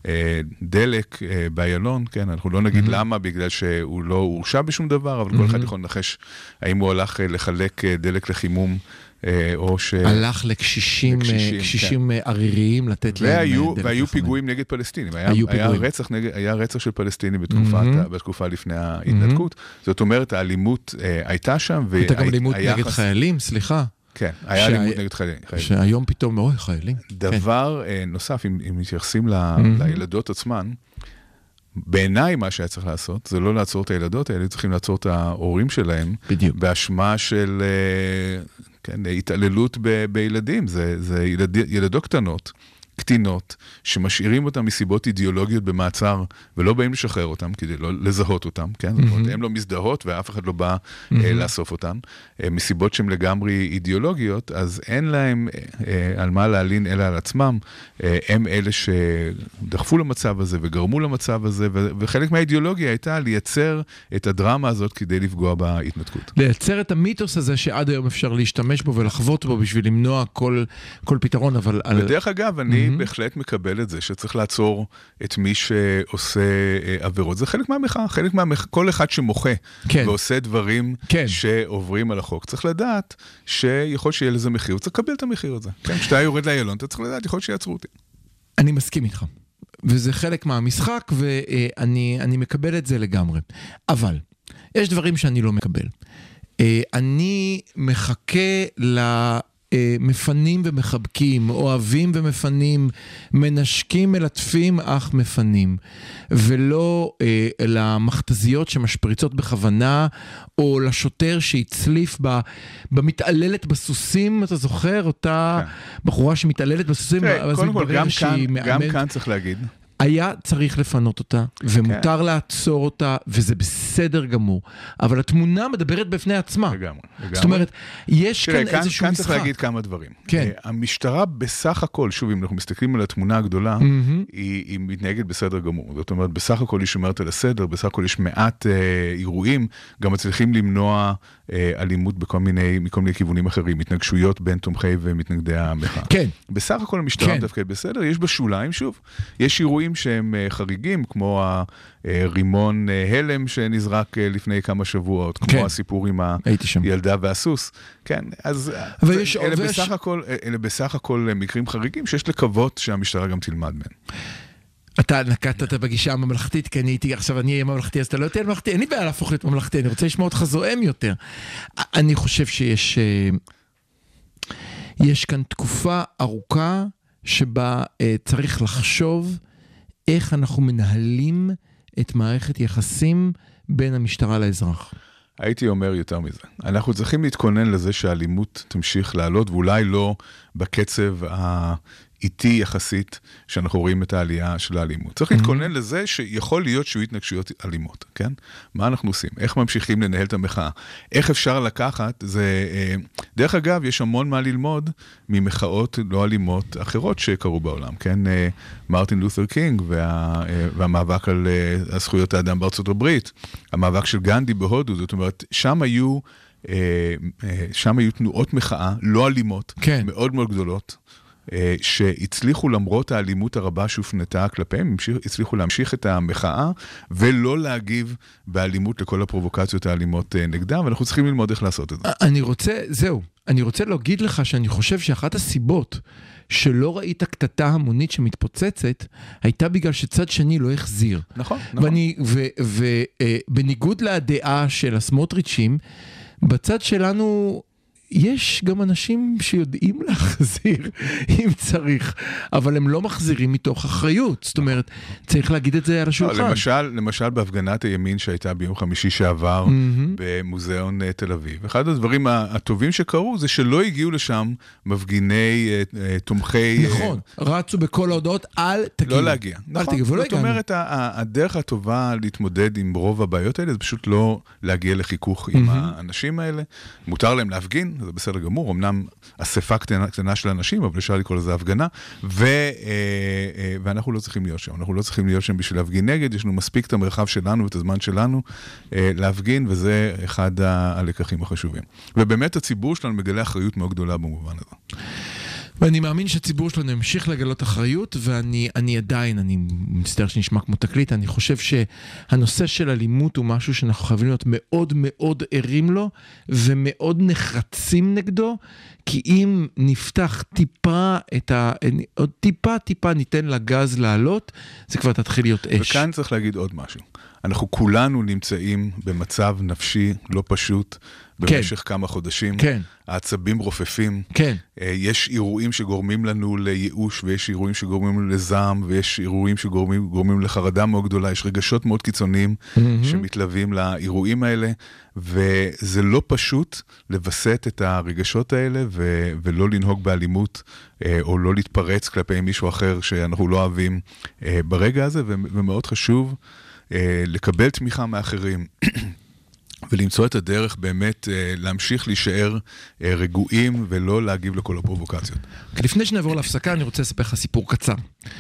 דלק באיילון, כן, אנחנו לא נגיד למה, בגלל שהוא לא הורשע בשום דבר, אבל כל אחד יכול לנחש האם הוא הלך לחלק דלק לחימום, או ש... הלך לקשישים עריריים לתת להם דלק. והיו פיגועים נגד פלסטינים. היה רצח של פלסטינים בתקופה לפני ההתנתקות. זאת אומרת, האלימות הייתה שם. הייתה גם אלימות נגד חיילים, סליחה. כן, היה אלימות נגד חיילים. שהיום פתאום מאוד חיילים. דבר נוסף, אם מתייחסים לילדות עצמן, בעיניי מה שהיה צריך לעשות, זה לא לעצור את הילדות האלה, צריכים לעצור את ההורים שלהם, באשמה של התעללות בילדים. זה ילדות קטנות, קטינות, שמשאירים אותם מסיבות אידיאולוגיות במעצר, ולא באים לשחרר אותם, כדי לא לזהות אותם, כן? זאת אומרת, הם לא מזדהות, ואף אחד לא בא לאסוף אותם. מסיבות שהן לגמרי אידיאולוגיות, אז אין להם על מה להלין, אלא על עצמם. הם אלה שדחפו למצב הזה, וגרמו למצב הזה, וחלק מהאידיאולוגיה הייתה לייצר את הדרמה הזאת, כדי לפגוע בהתנתקות. לייצר את המיתוס הזה, שעד היום אפשר להשתמש בו, ולחוות בו, בשביל למנוע כל פתרון, אבל... בדרך אגב, אני בהחלט מקבל את זה, שצריך לעצור את מי שעושה עבירות. זה חלק מהמחאה, כל אחד שמוחה ועושה דברים שעוברים על החוק. צריך לדעת שיכול שיהיה לזה מחיר, צריך לקבל את המחיר הזה. כשאתה יורד לאיילון, אתה צריך לדעת, יכול שיעצרו אותי. אני מסכים איתך. וזה חלק מהמשחק, ואני מקבל את זה לגמרי. אבל, יש דברים שאני לא מקבל. אני מחכה מפנים ומחבקים, אוהבים ומפנים, מנשקים מלטפים אך מפנים, ולא למכתזיות שמשפריצות בכוונה, או לשוטר שהצליף במתעללת בסוסים, אתה זוכר? אותה בחורה שמתעללת בסוסים, קודם כל, גם כאן צריך להגיד. היה צריך לפנות אותה, ומותר לעצור אותה, וזה בסדר גמור. אבל התמונה מדברת בפני עצמה. לגמרי. זאת אומרת, יש כאן איזשהו משחק. כאן צריך להגיד כמה דברים. כן. המשטרה בסך הכל, שוב, אם אנחנו מסתכלים על התמונה הגדולה, היא מתנהגת בסדר גמור. זאת אומרת, בסך הכל היא שומרת על הסדר, בסך הכל יש מעט אירועים, גם מצליחים למנוע אלימות מכל מיני כיוונים אחרים, התנגשויות בין תומכי ומתנגדי המחאה. כן. בסך הכל המשטרה דווקא בסדר, יש בשוליים, שוב, יש אירועים שהם חריגים, כמו הרימון הלם שנזרק לפני כמה שבועות, כמו הסיפור עם הילדה והסוס. כן, אז אלה בסך הכל מקרים חריגים שיש לקוות שהמשטרה גם תלמד מהם. אתה נקטת בגישה הממלכתית, כי עכשיו אני אהיה ממלכתי, אז אתה לא תהיה ממלכתי, אין לי בעיה להפוך להיות ממלכתי, אני רוצה לשמוע אותך זועם יותר. אני חושב יש כאן תקופה ארוכה שבה צריך לחשוב איך אנחנו מנהלים את מערכת יחסים בין המשטרה לאזרח. הייתי אומר יותר מזה. אנחנו צריכים להתכונן לזה שהאלימות תמשיך לעלות, ואולי לא בקצב איטי יחסית, שאנחנו רואים את העלייה של האלימות. צריך להתכונן לזה שיכול להיות שהוא התנגשויות אלימות, כן? מה אנחנו עושים? איך ממשיכים לנהל את המחאה? איך אפשר לקחת? דרך אגב, יש המון מה ללמוד ממחאות לא אלימות אחרות שקרו בעולם, כן? מרטין לותר קינג והמאבק על זכויות האדם בארצות הברית, המאבק של גנדי בהודו, זאת אומרת, שם היו תנועות מחאה לא אלימות, מאוד מאוד גדולות, שהצליחו למרות האלימות הרבה שהופנתה כלפיהם, הצליחו להמשיך את המחאה, ולא להגיב באלימות לכל הפרובוקציות האלימות נגדם, ואנחנו צריכים ללמוד איך לעשות את זה. אני רוצה להגיד לך שאני חושב שאחת הסיבות שלא ראית קטטה המונית שמתפוצצת, הייתה בגלל שצד שני לא החזיר. נכון. ובניגוד לדעה של הסמוטריצ'ים, בצד שלנו יש גם אנשים שיודעים להחזיר אם צריך, אבל הם לא מחזירים מתוך אחריות. זאת אומרת, צריך להגיד את זה על השולחן. למשל בהפגנת הימין שהייתה ביום חמישי שעבר במוזיאון תל אביב. אחד הדברים הטובים שקרו זה שלא הגיעו לשם מפגיני תומכי... נכון, רצו בכל ההודעות, אל תגיעו. לא להגיע. נכון, זאת אומרת, הדרך הטובה להתמודד עם רוב הבעיות האלה, זה פשוט לא להגיע לחיכוך עם האנשים האלה. מותר להם להפגין, זה בסדר גמור, אמנם אספה קטנה של אנשים, אבל אפשר לקרוא לזה הפגנה, ואנחנו לא צריכים להיות שם. אנחנו לא צריכים להיות שם בשביל להפגין נגד, יש לנו מספיק את המרחב שלנו ואת הזמן שלנו להפגין, וזה אחד הלקחים החשובים. ובאמת הציבור שלנו מגלה אחריות מאוד גדולה במובן הזה. ואני מאמין שהציבור שלנו ימשיך לגלות אחריות, ואני עדיין, אני מצטער שנשמע כמו תקליט, אני חושב שהנושא של אלימות הוא משהו שאנחנו חייבים להיות מאוד מאוד ערים לו, ומאוד נחרצים נגדו, כי אם נפתח עוד טיפה ניתן לגז לעלות, זה כבר תתחיל להיות אש. וכאן צריך להגיד עוד משהו. אנחנו כולנו נמצאים במצב נפשי לא פשוט, במשך כמה חודשים. העצבים רופפים. יש אירועים שגורמים לנו לייאוש, ויש אירועים שגורמים לנו לזעם, ויש אירועים שגורמים לחרדה מאוד גדולה. יש רגשות מאוד קיצוניים שמתלווים לאירועים האלה, וזה לא פשוט לבסט את הרגשות האלה, ולא לנהוג באלימות, או לא להתפרץ כלפי מישהו אחר שאנחנו לא אוהבים ברגע הזה, ומאוד חשוב לקבל תמיכה מאחרים. ולמצוא את הדרך באמת להמשיך להישאר רגועים ולא להגיב לכל הפרובוקציות. לפני שנעבור להפסקה, אני רוצה לספר לך סיפור קצר.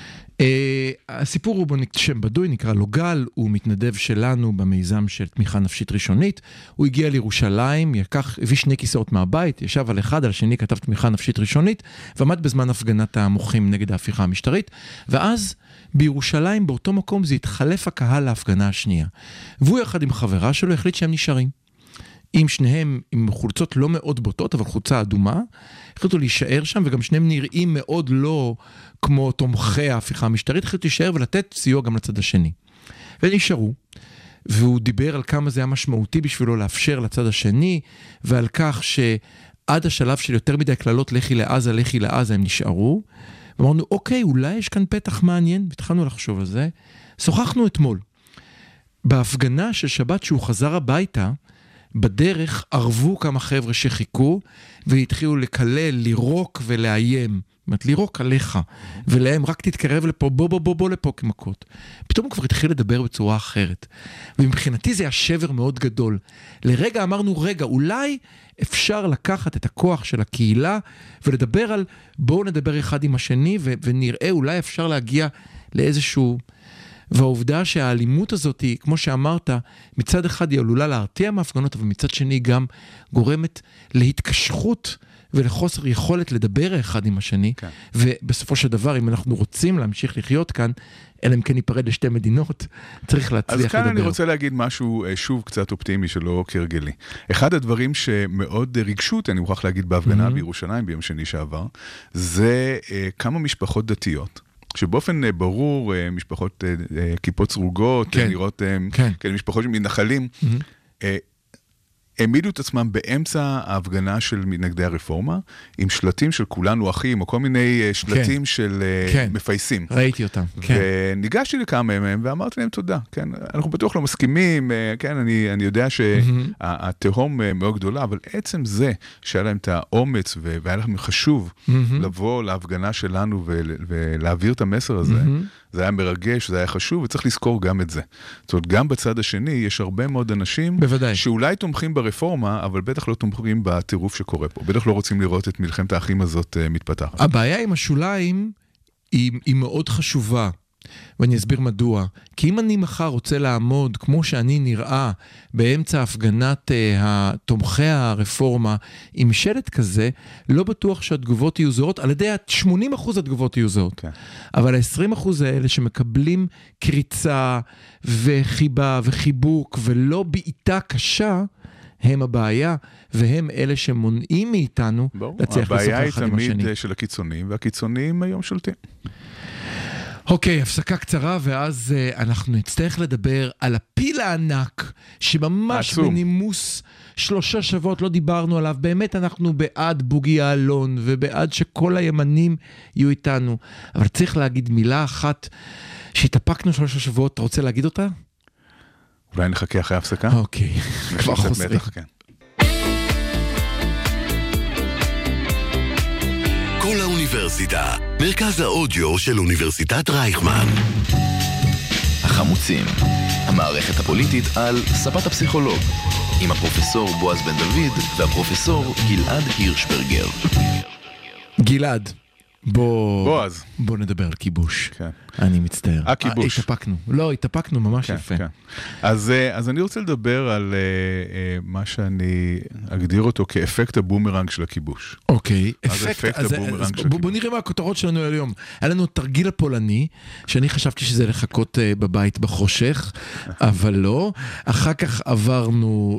הסיפור הוא שם בדוי, נקרא לו גל, הוא מתנדב שלנו במיזם של תמיכה נפשית ראשונית. הוא הגיע לירושלים, הביא 2 כיסאות מהבית, ישב על אחד, על השני כתב תמיכה נפשית ראשונית, ועמד בזמן הפגנת המוחים נגד ההפיכה המשטרית, ואז בירושלים, באותו מקום, זה התחלף הקהל להפגנה השנייה. והוא יחד עם חברה שלו החליט שהם נשארים. עם שניהם, עם חולצות לא מאוד בוטות, אבל חולצה אדומה, החליטו להישאר שם, וגם שניהם נראים מאוד לא כמו תומכי ההפיכה המשטרית, החליטו להישאר ולתת סיוע גם לצד השני. ונשארו, והוא דיבר על כמה זה היה משמעותי בשבילו לאפשר לצד השני, ועל כך שעד השלב של יותר מדי כללות לכי לעזה הם נשארו, ואמרנו, אוקיי, אולי יש כאן פתח מעניין, והתחלנו לחשוב על זה. שוחחנו אתמול. בהפגנה של שבת שהוא חזר הביתה, בדרך ערבו כמה חבר'ה שחיכו, והתחילו לקלל, לירוק ולאיים אומרת, לירוק עליך, ולהם רק תתקרב לפה, בוא לפה כמכות. פתאום הוא כבר התחיל לדבר בצורה אחרת. ומבחינתי זה היה שבר מאוד גדול. לרגע אמרנו, רגע, אולי אפשר לקחת את הכוח של הקהילה, ולדבר על, בואו נדבר אחד עם השני, ונראה, אולי אפשר להגיע לאיזשהו... והעובדה שהאלימות הזאת היא, כמו שאמרת, מצד אחד היא עלולה להרתיע מהפגנות, אבל מצד שני גם גורמת להתקשרות ולחוסר יכולת לדבר אחד עם השני, כן. ובסופו של דבר, אם אנחנו רוצים להמשיך לחיות כאן, אלא אם כן ניפרד לשתי מדינות, צריך להצליח לדבר. אז כאן אני רוצה להגיד משהו שוב קצת אופטימי שלא כרגלי. אחד הדברים שמאוד ריגשות, אני מוכרח להגיד בהפגנה בירושלים ביום שני שעבר, זה כמה משפחות דתיות, שבאופן ברור, משפחות כיפות סרוגות, כן. נראות כן. כאלה משפחות שמתנחלים, העמידו את עצמם באמצע ההפגנה של מתנגדי הרפורמה, עם שלטים של כולנו אחים, או כל מיני שלטים כן. של כן. מפייסים. ראיתי אותם. כן. וניגשתי לכמה מהם, ואמרתי להם תודה. כן, אנחנו בטוח לא מסכימים, כן, אני יודע שהתהום מאוד גדולה, אבל עצם זה שהיה להם את האומץ, והיה לכם חשוב לבוא להפגנה שלנו, ולהעביר את המסר הזה, זה היה מרגש, זה היה חשוב, וצריך לזכור גם את זה. זאת אומרת, גם בצד השני יש הרבה מאוד אנשים בוודאי. שאולי תומכים ברפורמה, אבל בטח לא תומכים בטירוף שקורה פה. בטח לא רוצים לראות את מלחמת האחים הזאת מתפתחת. הבעיה עם השוליים היא מאוד חשובה, ואני אסביר מדוע. כי אם אני מחר רוצה לעמוד, כמו שאני נראה, באמצע הפגנת תומכי הרפורמה, עם שלט כזה, לא בטוח שהתגובות יהיו זהות, על ידי 80% התגובות יהיו זהות. אבל ה-20% האלה שמקבלים קריצה וחיבה וחיבוק, ולא בעיטה קשה, הם הבעיה, והם אלה שמונעים מאיתנו להצליח לשוחח אחד עם השני. הבעיה היא תמיד של הקיצונים, והקיצונים היום שולטים. אוקיי, הפסקה קצרה, ואז אנחנו נצטרך לדבר על הפיל הענק, שממש בנימוס 3 שבועות לא דיברנו עליו. באמת אנחנו בעד בוגי יעלון, ובעד שכל הימנים יהיו איתנו. אבל צריך להגיד מילה אחת, שהתאפקנו 3 שבועות, אתה רוצה להגיד אותה? אולי נחכה אחרי הפסקה? אוקיי, כבר חוזרים. כל האוניברסיטה, מרכז האודיו של אוניברסיטת רייכמן. החמוצים, המערכת הפוליטית על ספת הפסיכולוג, עם הפרופסור בועז בן דוד והפרופסור גלעד הירשברגר. גלעד, בועז. בוא נדבר על כיבוש. כן. אני מצטער. הכיבוש. התאפקנו ממש כן, יפה. כן. אז אני רוצה לדבר על מה שאני אגדיר אותו כאפקט הבומרנג של הכיבוש. אוקיי. אפקט הבומרנג של הכיבוש. בוא נראה מה הכותרות שלנו היום. היה לנו תרגיל הפולני, שאני חשבתי שזה לחכות בבית בחושך, אבל לא. אחר כך עברנו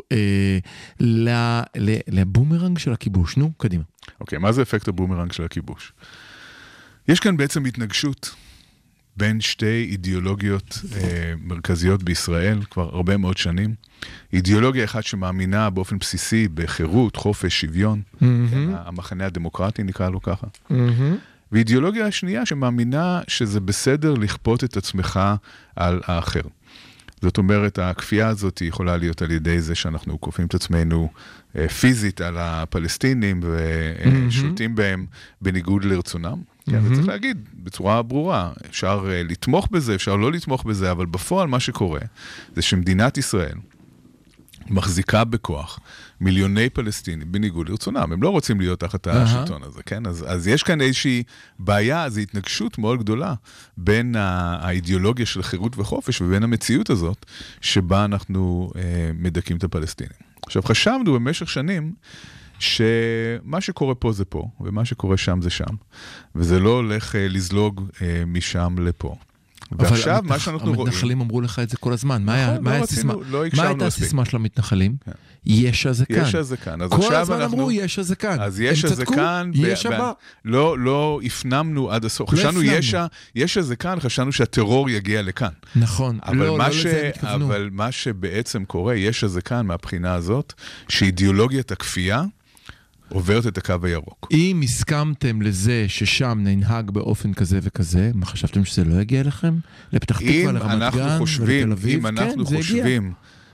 לבומרנג של הכיבוש. נו, קדימה. אוקיי, מה זה אפקט הבומרנג של הכיבוש? יש כאן בעצם התנגשות בין שתי אידיאולוגיות מרכזיות בישראל, כבר הרבה מאוד שנים. אידיאולוגיה אחת שמאמינה באופן בסיסי בחירות, חופש, שוויון, המחנה הדמוקרטי נקרא לו ככה. ואידיאולוגיה השנייה שמאמינה שזה בסדר לכפות את עצמך על האחר. זאת אומרת, הכפייה הזאת יכולה להיות על ידי זה שאנחנו כופים את עצמנו פיזית על הפלסטינים ושולטים בהם בניגוד לרצונם. כן, וצריך להגיד בצורה ברורה, אפשר לתמוך בזה, אפשר לא לתמוך בזה, אבל בפועל מה שקורה זה שמדינת ישראל מחזיקה בכוח מיליוני פלסטינים בניגוד לרצונם. הם לא רוצים להיות תחת השלטון הזה, כן? אז יש כאן איזושהי בעיה, זו התנגשות מאוד גדולה בין האידיאולוגיה של חירות וחופש ובין המציאות הזאת שבה אנחנו מדכאים את הפלסטינים. עכשיו, חשבנו במשך שנים שמה שקורה פה זה פה, ומה שקורה שם זה שם, וזה לא הולך לזלוג משם לפה. ועכשיו מה שאנחנו רואים... המתנחלים אמרו לך את זה כל הזמן. מה הייתה הסיסמה של המתנחלים? יש הזה כאן. יש הזה כאן. כל הזמן אמרו יש הזה כאן. אז יש הזה כאן. יש הבא. לא הפנמנו עד הסוף. חשבנו יש הזה כאן, חשבנו שהטרור יגיע לכאן. נכון. אבל מה שבעצם קורה, יש הזה כאן מהבחינה הזאת, שאידיאולוגיית הכפייה עוברת את הקו הירוק. אם הסכמתם לזה ששם ננהג באופן כזה וכזה, מה חשבתם שזה לא יגיע אליכם? לפתח תקווה, לרמת גן ולתל אביב? אם אנחנו חושבים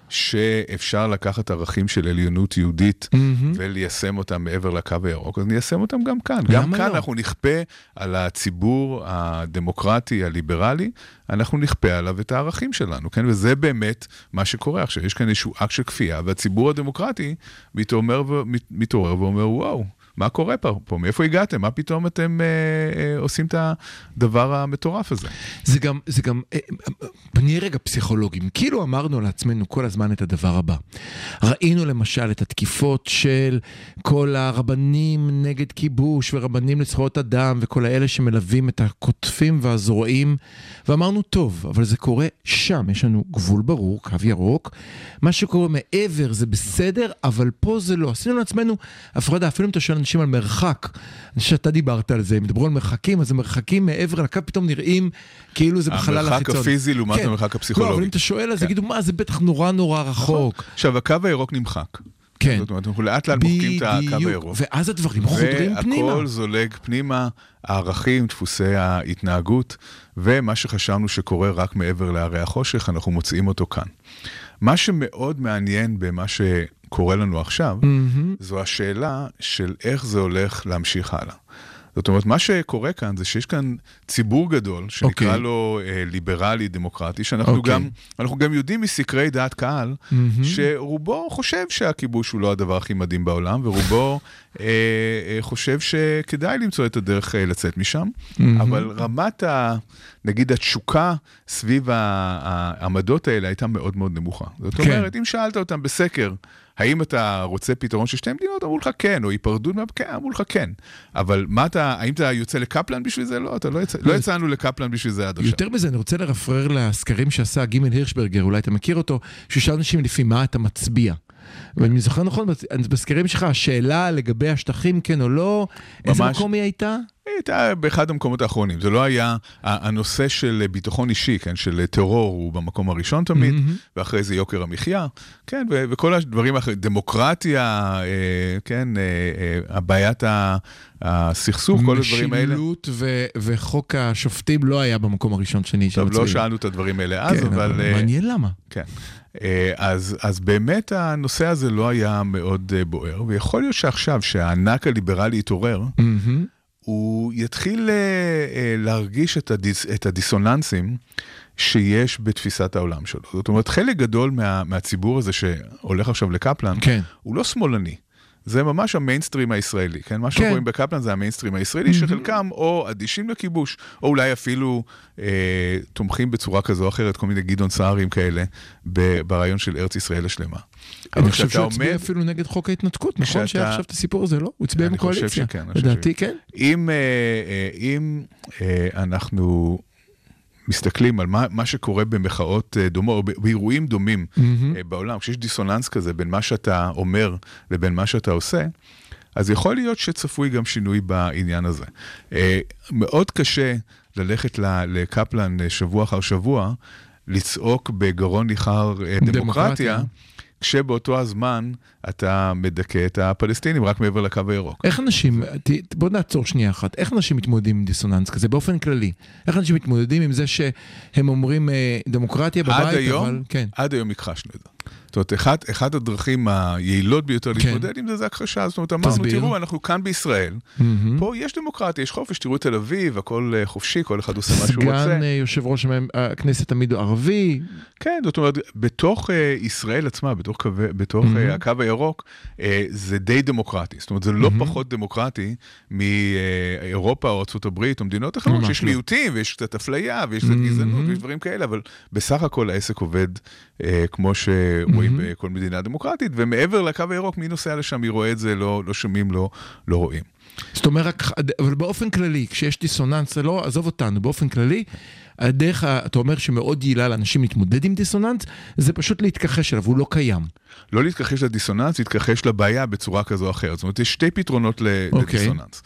שאפשר לקחת ערכים של עליונות יהודית וליישם אותם מעבר לקו הירוק, אז ניישם אותם גם כאן. גם כאן אנחנו נכפה על הציבור הדמוקרטי, הליברלי, אנחנו נכפה עליו את הערכים שלנו, כן? וזה באמת מה שקורה עכשיו. יש כאן איזשהו אקט של כפייה, והציבור הדמוקרטי מתעורר ואומר, וואו, מה קורה פה? מאיפה הגעתם? מה פתאום אתם עושים את הדבר המטורף הזה? זה גם, נהיה רגע פסיכולוגים. כאילו אמרנו לעצמנו כל הזמן את הדבר הבא. ראינו למשל את התקיפות של כל הרבנים נגד כיבוש, ורבנים לזכויות אדם, וכל האלה שמלווים את הכותפים והזרועים, ואמרנו, טוב, אבל זה קורה שם. יש לנו גבול ברור, קו ירוק. מה שקורה מעבר זה בסדר, אבל פה זה לא. עשינו לעצמנו הפרדה, אפילו אם אתה שואל אנשים על מרחק, שאתה דיברת על זה, הם מדברו על מרחקים, אז המרחקים מעבר לקו פתאום נראים כאילו זה בחלל החיצון. המרחק הפיזי לעומת המרחק הפסיכולוגי. לא, אבל אם אתה שואל, אז יגידו, מה, זה בטח נורא נורא רחוק. עכשיו, הקו הירוק נמחק. כן. זאת אומרת, אנחנו לאט לאט מוחקים את הקו הירוק. ואז הדברים חודרים פנימה. והכל זולג פנימה, הערכים, דפוסי ההתנהגות, ומה שחשבנו שקורה רק מעבר להרי החושך, אנחנו מוצאים אותו כאן. מה שמאוד מעניין במה שקורה לנו עכשיו, זו השאלה של איך זה הולך להמשיך הלאה. זאת אומרת, מה שקורה כאן זה שיש כאן ציבור גדול, שנקרא לו ליברלי, דמוקרטי, שאנחנו גם יודעים מסקרי דעת קהל, שרובו חושב שהכיבוש הוא לא הדבר הכי מדהים בעולם, ורובו חושב שכדאי למצוא את הדרך לצאת משם, אבל רמת נגיד התשוקה סביב העמדות האלה הייתה מאוד מאוד נמוכה. זאת אומרת, אם שאלת אותם בסקר, האם אתה רוצה פתרון של שתי מדינות? אמרו לך כן, או היפרדות מהפקע, אמרו לך כן. אבל האם אתה יוצא לקפלן בשביל זה? לא, לא יצאנו לקפלן בשביל זה עד עכשיו. יותר מזה, אני רוצה לרפרר לסקרים שעשה גימל הירשברגר, אולי אתה מכיר אותו, ששאל אנשים לפי מה אתה מצביע. ואני זוכר נכון, בסקרים שלך, השאלה לגבי השטחים כן או לא, איזה מקום היא הייתה? היא הייתה באחד המקומות האחרונים. זה לא היה הנושא של ביטחון אישי, כן, של טרור הוא במקום הראשון תמיד, ואחרי זה יוקר המחיה, כן, וכל הדברים האחרים, דמוקרטיה, כן, הבעיית הסכסוך, כל הדברים האלה. משילות וחוק השופטים לא היה במקום הראשון שני. טוב, לא שאלנו את הדברים האלה אז, אבל... מעניין למה. כן. אז באמת הנושא הזה לא היה מאוד בוער, ויכול להיות שעכשיו שהענק הליברלי יתעורר, הוא יתחיל להרגיש את הדיסוננסים שיש בתפיסת העולם שלו. זאת אומרת, חלק גדול מהציבור הזה שהולך עכשיו לקפלן, הוא לא שמאלני. זה ממש המיינסטרים הישראלי, כן? מה שאנחנו רואים בקפלן זה המיינסטרים הישראלי, שחלקם או אדישים לכיבוש, או אולי אפילו תומכים בצורה כזו או אחרת, כל מיני גדעון סערים כאלה, ברעיון של ארץ ישראל השלמה. אני חושב שהוא הצביע אפילו נגד חוק ההתנתקות, נכון שהיה עכשיו את הסיפור הזה, לא? הוא הצביע עם קואליציה. לדעתי, כן. אם אנחנו... מסתכלים על מה שקורה במחאות דומות, או באירועים דומים בעולם, כשיש דיסוננס כזה בין מה שאתה אומר לבין מה שאתה עושה, אז יכול להיות שצפוי גם שינוי בעניין הזה. מאוד קשה ללכת לקפלן שבוע אחר שבוע, לצעוק בגרון ניחר דמוקרטיה, כשבאותו הזמן אתה מדכא את הפלסטינים רק מעבר לקו הירוק. איך אנשים, בוא נעצור שנייה אחת, איך אנשים מתמודדים עם דיסוננס כזה באופן כללי? איך אנשים מתמודדים עם זה שהם אומרים דמוקרטיה בבית, אבל כן. עד היום הכחשנו את זה. זאת אומרת, אחת הדרכים היעילות ביותר להתמודד עם זה הכחשה. זאת אומרת, אמרנו, תראו, אנחנו כאן בישראל, פה יש דמוקרטיה, יש חופש, תראו את תל אביב, הכל חופשי, כל אחד עושה מה שהוא רוצה. סגן יושב ראש הכנסת תמיד ערבי. כן, זאת אומרת, בתוך ישראל עצמה, בתוך הקו הירוק, זה די דמוקרטי. זאת אומרת, זה לא פחות דמוקרטי מאירופה או ארצות הברית או מדינות אחרות, שיש מיעוטים ויש קצת אפליה ויש קצת גזענות ויש דברים כאלה, אבל בסך הכל העסק עובד כמו שרואים בכל מדינה דמוקרטית, ומעבר לקו הירוק, מי נוסע לשם, מי רואה את זה, לא שומעים, לא רואים. זאת אומרת, אבל באופן כללי, כשיש דיסוננס, לא, עזוב אותנו, באופן כללי, הדרך, אתה אומר שמאוד יעילה לאנשים להתמודד עם דיסוננס, זה פשוט להתכחש אליו, הוא לא קיים. לא להתכחש לדיסוננס, להתכחש לבעיה בצורה כזו או אחרת. זאת אומרת, יש שתי פתרונות לדיסוננס.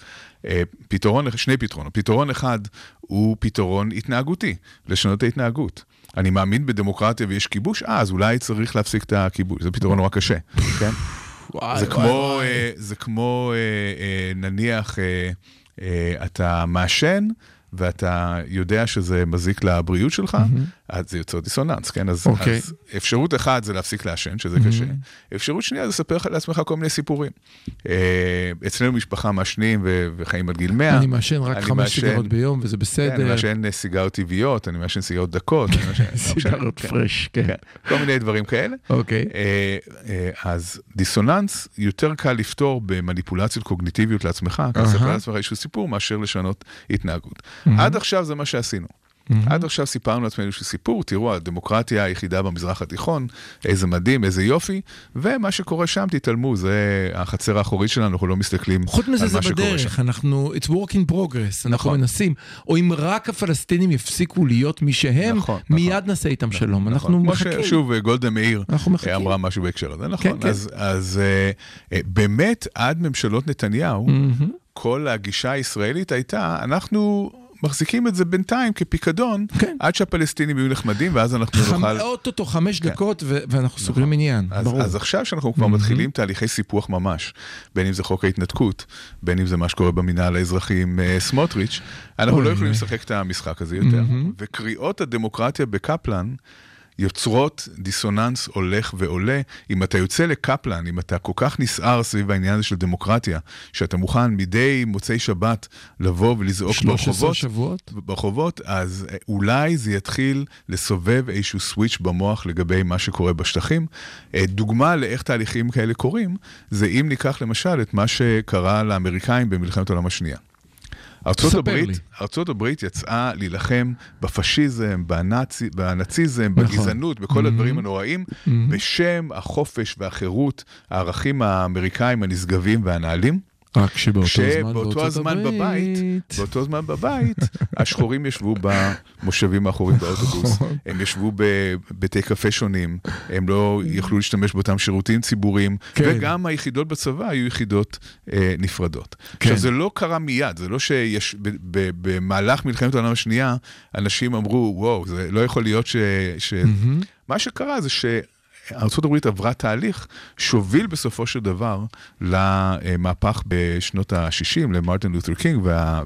שני פתרונות. פתרון אחד הוא פתרון התנהגותי, לשנות ההתנהגות. אני מאמין בדמוקרטיה ויש כיבוש, אז אולי צריך להפסיק את הכיבוש. זה פתרון נורא קשה, כן? זה כמו נניח אתה מעשן, ואתה יודע שזה מזיק לבריאות שלך, אז זה יוצר דיסוננס, כן? אז אפשרות אחת זה להפסיק לעשן, שזה קשה. אפשרות שנייה זה לספר לעצמך כל מיני סיפורים. אצלנו משפחה מעשנים וחיים עד גיל 100. אני מעשן רק 5 סיגרות ביום, וזה בסדר. אני מעשן סיגרות טבעיות, אני מעשן סיגרות דקות. סיגרות פרש, כן. כל מיני דברים כאלה. אוקיי. אז דיסוננס יותר קל לפתור במניפולציות קוגניטיביות לעצמך, כי לספר לעצמך איזשהו סיפור, מאשר לשנות התנהגות. עד עכשיו זה מה שעשינו. עד עכשיו סיפרנו לעצמנו שסיפור, תראו, הדמוקרטיה היחידה במזרח התיכון, איזה מדהים, איזה יופי, ומה שקורה שם, תתעלמו, זה החצר האחורית שלנו, אנחנו לא מסתכלים על מה שקורה שם. חוץ מזה זה בדרך, אנחנו, it's work in progress, אנחנו מנסים, או אם רק הפלסטינים יפסיקו להיות מי שהם, מיד נעשה איתם שלום, אנחנו מחכים. כמו ששוב, גולדה מאיר אמרה משהו בהקשר הזה, נכון? אז באמת, עד ממשלות נתניהו, כל הגישה הישראלית הייתה, אנחנו מחזיקים את זה בינתיים כפיקדון, עד שהפלסטינים יהיו נחמדים, ואז אנחנו נוכל... אותו 5 דקות, ואנחנו סוגרים עניין, ברור. אז עכשיו שאנחנו כבר מתחילים תהליכי סיפוח ממש, בין אם זה חוק ההתנתקות, בין אם זה מה שקורה במינהל האזרחי עם סמוטריץ', אנחנו לא יכולים לשחק את המשחק הזה יותר. וקריאות הדמוקרטיה בקפלן, יוצרות דיסוננס הולך ועולה. אם אתה יוצא לקפלן, אם אתה כל כך נסער סביב העניין הזה של דמוקרטיה, שאתה מוכן מדי מוצאי שבת לבוא ולזעוק ברחובות, אז אולי זה יתחיל לסובב איזשהו סוויץ' במוח לגבי מה שקורה בשטחים. דוגמה לאיך תהליכים כאלה קורים, זה אם ניקח למשל את מה שקרה לאמריקאים במלחמת העולם השנייה. ארצות הברית יצאה להילחם בפשיזם, בנאציזם, בגזענות, בכל הדברים הנוראים, בשם החופש והחירות, הערכים האמריקאים הנשגבים והנעלים. רק שבאותו זמן בבית, השחורים ישבו במושבים האחוריים באוטובוס, הם ישבו בבתי קפה שונים, הם לא יכלו להשתמש באותם שירותים ציבוריים, וגם היחידות בצבא היו יחידות נפרדות. עכשיו, זה לא קרה מיד, זה לא שיש, במהלך מלחמת העולם השנייה, אנשים אמרו, וואו, זה לא יכול להיות מה שקרה זה ארצות הברית עברה תהליך שהוביל בסופו של דבר למהפך בשנות ה-60, למרטין לותר קינג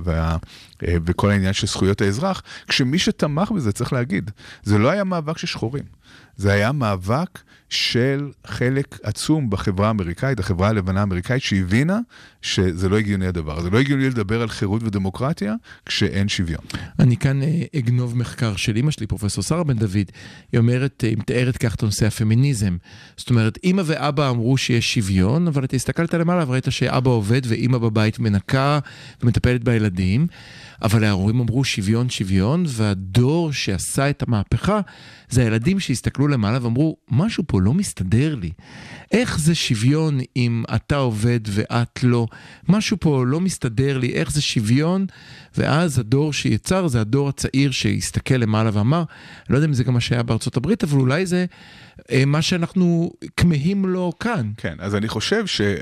וכל העניין של זכויות האזרח, כשמי שתמך בזה, צריך להגיד, זה לא היה מאבק של שחורים, זה היה מאבק של חלק עצום בחברה האמריקאית, החברה הלבנה האמריקאית, שהבינה שזה לא הגיוני הדבר. זה לא הגיוני לדבר על חירות ודמוקרטיה כשאין שוויון. אני כאן אגנוב מחקר של אמא שלי, פרופסור שרה בן דוד, היא אומרת, היא מתארת כך את הנושא הפמיניזם. זאת אומרת, אמא ואבא אמרו שיש שוויון, אבל אתה הסתכלת למעלה וראית שאבא עובד ואמא בבית מנקה ומטפלת בילדים, אבל ההורים אמרו שוויון, והדור שעשה את המהפכה, זה הילדים שהסתכלו למעלה ואמרו, משהו פה לא מסתדר לי. איך זה שוויון אם אתה עובד ואת לא? משהו פה לא מסתדר לי, איך זה שוויון? ואז הדור שיצר, זה הדור הצעיר שהסתכל למעלה ואמר, לא יודע אם זה גם מה שהיה בארצות הברית, אבל אולי זה מה שאנחנו כמהים לו כאן. כן, אז אני חושב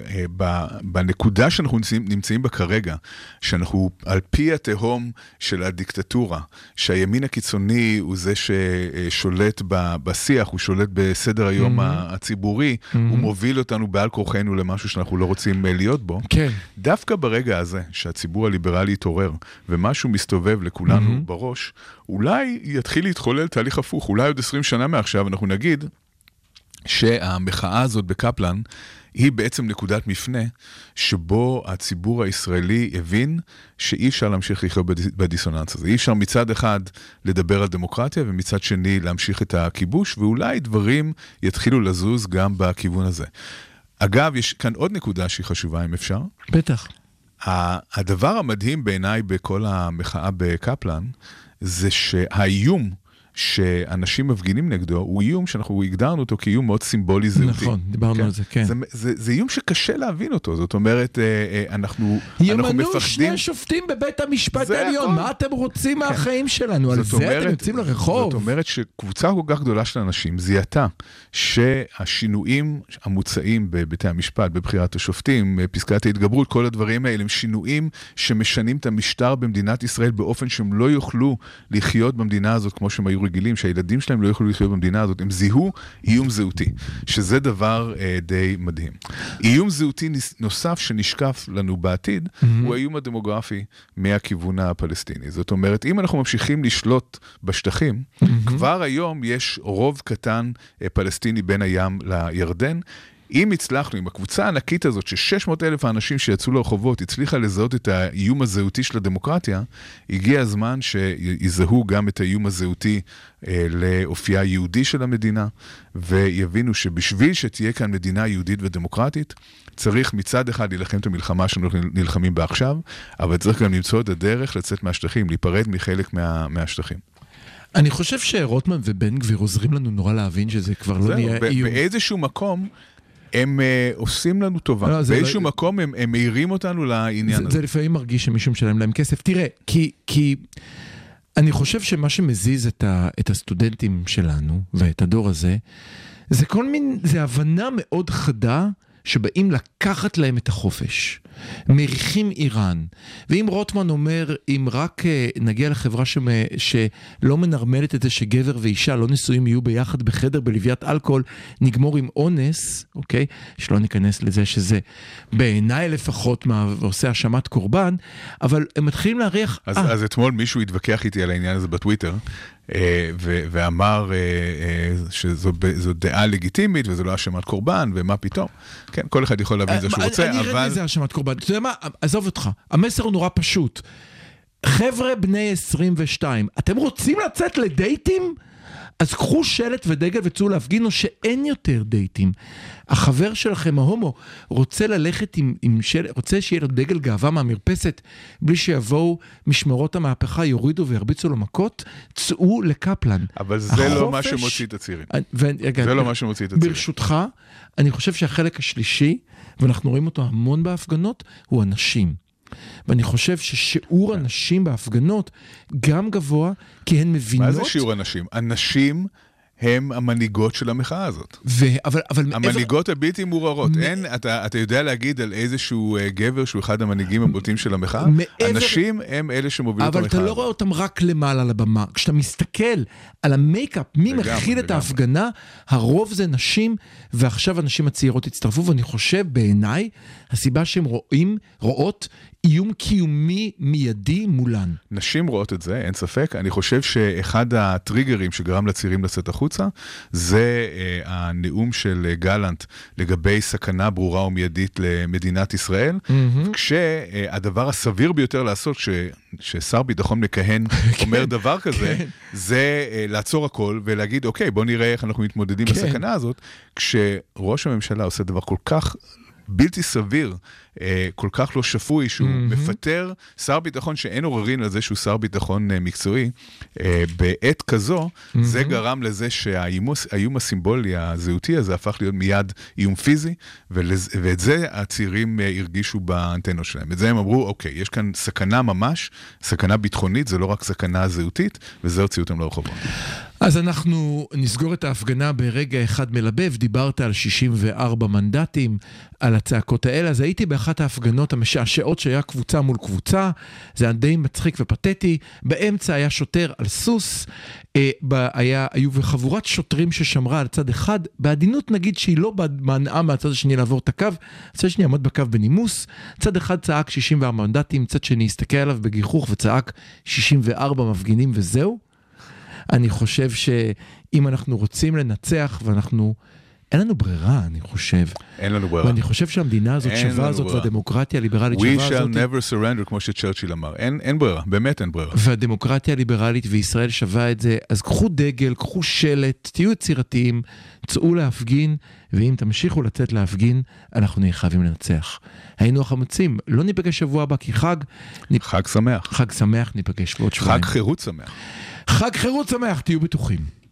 שבנקודה שאנחנו נמצאים בה כרגע, שאנחנו על פי התהום של הדיקטטורה, שהימין הקיצוני הוא זה ששולט בשיח, הוא שולט בסדר היום הציבורי, הוא מוביל אותנו בעל כורחנו למשהו שאנחנו לא רוצים להיות בו. כן. דווקא ברגע הזה, שהציבור הליברלי יתעורר, ומשהו מסתובב לכולנו בראש, אולי יתחיל להתחולל תהליך הפוך, אולי עוד 20 שנה מעכשיו אנחנו נגיד, שהמחאה הזאת בקפלן היא בעצם נקודת מפנה שבו הציבור הישראלי הבין שאי אפשר להמשיך לחיות בדיסוננס הזה. אי אפשר מצד אחד לדבר על דמוקרטיה ומצד שני להמשיך את הכיבוש, ואולי דברים יתחילו לזוז גם בכיוון הזה. אגב, יש כאן עוד נקודה שהיא חשובה אם אפשר. בטח. הדבר המדהים בעיניי בכל המחאה בקפלן זה שהאיום שאנשים מפגינים נגדו, הוא איום שאנחנו הגדרנו אותו כאיום מאוד סימבולי זהותי. נכון, דיברנו על זה, כן. זה איום שקשה להבין אותו, זאת אומרת, אנחנו מפחדים... ימנו 2 שופטים בבית המשפט העליון, מה אתם רוצים מהחיים שלנו? על זה אתם יוצאים לרחוב? זאת אומרת שקבוצה כל כך גדולה של אנשים זיהתה שהשינויים המוצאים בבתי המשפט, בבחירת השופטים, פסקת ההתגברות, כל הדברים האלה הם שינויים שמשנים את המשטר במדינת ישראל באופן שהם לא יוכלו לחיות במדינה הזאת כמו שהם היו רגילים, שהילדים שלהם לא יכולו לחיות במדינה הזאת, הם זיהו איום זהותי, שזה דבר די מדהים. איום זהותי נוסף שנשקף לנו בעתיד, הוא האיום הדמוגרפי מהכיוון הפלסטיני. זאת אומרת, אם אנחנו ממשיכים לשלוט בשטחים, כבר היום יש רוב קטן פלסטיני בין הים לירדן, אם הצלחנו, עם הקבוצה הענקית הזאת, ש600,000 האנשים שיצאו לרחובות, הצליחה לזהות את האיום הזהותי של הדמוקרטיה, הגיע הזמן שיזהו גם את האיום הזהותי לאופייה היהודי של המדינה, ויבינו שבשביל שתהיה כאן מדינה יהודית ודמוקרטית, צריך מצד אחד להילחם את המלחמה שאנחנו נלחמים בה עכשיו, אבל צריך גם למצוא את הדרך לצאת מהשטחים, להיפרד מחלק מהשטחים. אני חושב שרוטמן ובן גביר עוזרים לנו נורא להבין שזה כבר לא נהיה איום. באיזשהו מקום הם עושים לנו טובה. באיזשהו מקום הם מעירים אותנו לעניין הזה. זה לפעמים מרגיש שמישהו משלם להם כסף. תראה, כי אני חושב שמה שמזיז את הסטודנטים שלנו ואת הדור הזה, זה הבנה מאוד חדה שבאים לקחת להם את החופש. מריחים איראן. ואם רוטמן אומר, אם רק נגיע לחברה שלא מנרמלת את זה שגבר ואישה לא נשואים יהיו ביחד בחדר בלוויית אלכוהול, נגמור עם אונס, אוקיי? שלא ניכנס לזה שזה בעיניי לפחות ועושה האשמת קורבן, אבל הם מתחילים להריח... אז אתמול מישהו התווכח איתי על העניין הזה בטוויטר, ואמר שזו דעה לגיטימית וזה לא האשמת קורבן ומה פתאום. כן, כל אחד יכול להבין את זה שהוא רוצה, אבל... אני ארד מזה האשמת קורבן. אתה יודע מה? עזוב אותך. המסר הוא נורא פשוט. חבר'ה בני 22, אתם רוצים לצאת לדייטים? אז קחו שלט ודגל וצאו להפגינו שאין יותר דייטים. החבר שלכם, ההומו, רוצה ללכת עם שלט, רוצה שיהיה לו דגל גאווה מהמרפסת, בלי שיבואו משמרות המהפכה, יורידו וירביצו לו מכות, צאו לקפלן. אבל זה לא מה שמוציא את הצעירים. זה לא מה שמוציא את הצעירים. ברשותך, אני חושב שהחלק השלישי, ואנחנו רואים אותו המון בהפגנות, הוא אנשים. ואני חושב ששיעור הנשים בהפגנות גם גבוה, כי הן מבינות... מה זה שיעור הנשים? הנשים הם המנהיגות של המחאה הזאת. המנהיגות הבלתי מעורערות. אתה יודע להגיד על איזשהו גבר שהוא אחד המנהיגים הבוטים של המחאה? הנשים הם אלה שמובילות את המחאה. אבל אתה לא רואה אותם רק למעלה על הבמה. כשאתה מסתכל על המייקאפ, מי מכיל את ההפגנה, הרוב זה נשים, ועכשיו הנשים הצעירות הצטרפו, ואני חושב בעיניי, הסיבה שהם רואות איום קיומי מיידי מולן. נשים רואות את זה, אין ספק. אני חושב שאחד הטריגרים שגרם לצעירים לצאת החוצה, זה הנאום של גלנט לגבי סכנה ברורה ומיידית למדינת ישראל, כשהדבר הסביר ביותר לעשות, כששר ביטחון מכהן אומר דבר כזה, זה לעצור הכל ולהגיד, אוקיי, בוא נראה איך אנחנו מתמודדים בסכנה הזאת, כשראש הממשלה עושה דבר כל כך בלתי סביר, כל כך לא שפוי, שהוא מפטר שר ביטחון שאין עוררין על זה שהוא שר ביטחון מקצועי, בעת כזו, זה גרם לזה שהאיום הסימבולי הזהותי הזה הפך להיות מיד איום פיזי, ואת זה הצעירים הרגישו באנטנות שלהם. את זה הם אמרו, אוקיי, יש כאן סכנה ממש, סכנה ביטחונית, זה לא רק סכנה זהותית, וזה הוציאו אותם לרחובות. אז אנחנו נסגור את ההפגנה ברגע אחד מלבב, דיברת על 64 מנדטים, על הצעקות האלה, אז הייתי באחת ההפגנות המשעשעות שהיה קבוצה מול קבוצה, זה היה די מצחיק ופתטי, באמצע היה שוטר על סוס, היו בחבורת שוטרים ששמרה על צד אחד, בעדינות נגיד שהיא לא מנעה מהצד השני לעבור את הקו, הצד השני עמד בקו בנימוס, צד אחד צעק 64 מנדטים, צד שני הסתכל עליו בגיחוך וצעק 64 מפגינים וזהו. אני חושב שאם אנחנו רוצים לנצח, אין לנו ברירה, אני חושב. אין לנו ברירה. ואני חושב שהמדינה הזאת שווה הזאת, והדמוקרטיה הליברלית שווה הזאת... We shall never surrender, כמו שצ'רצ'יל אמר. אין ברירה, באמת אין ברירה. והדמוקרטיה הליברלית וישראל שווה את זה, אז קחו דגל, קחו שלט, תהיו יצירתיים, צאו להפגין, ואם תמשיכו לצאת להפגין, אנחנו נהיה חייבים לנצח. היינו החמוצים, לא ניפגש שבוע הבא, כי חג שמח. חג שמח, ניפגש בעוד שבועיים. חג חירות שמח. חג חירות שמח, תהיו בטוחים.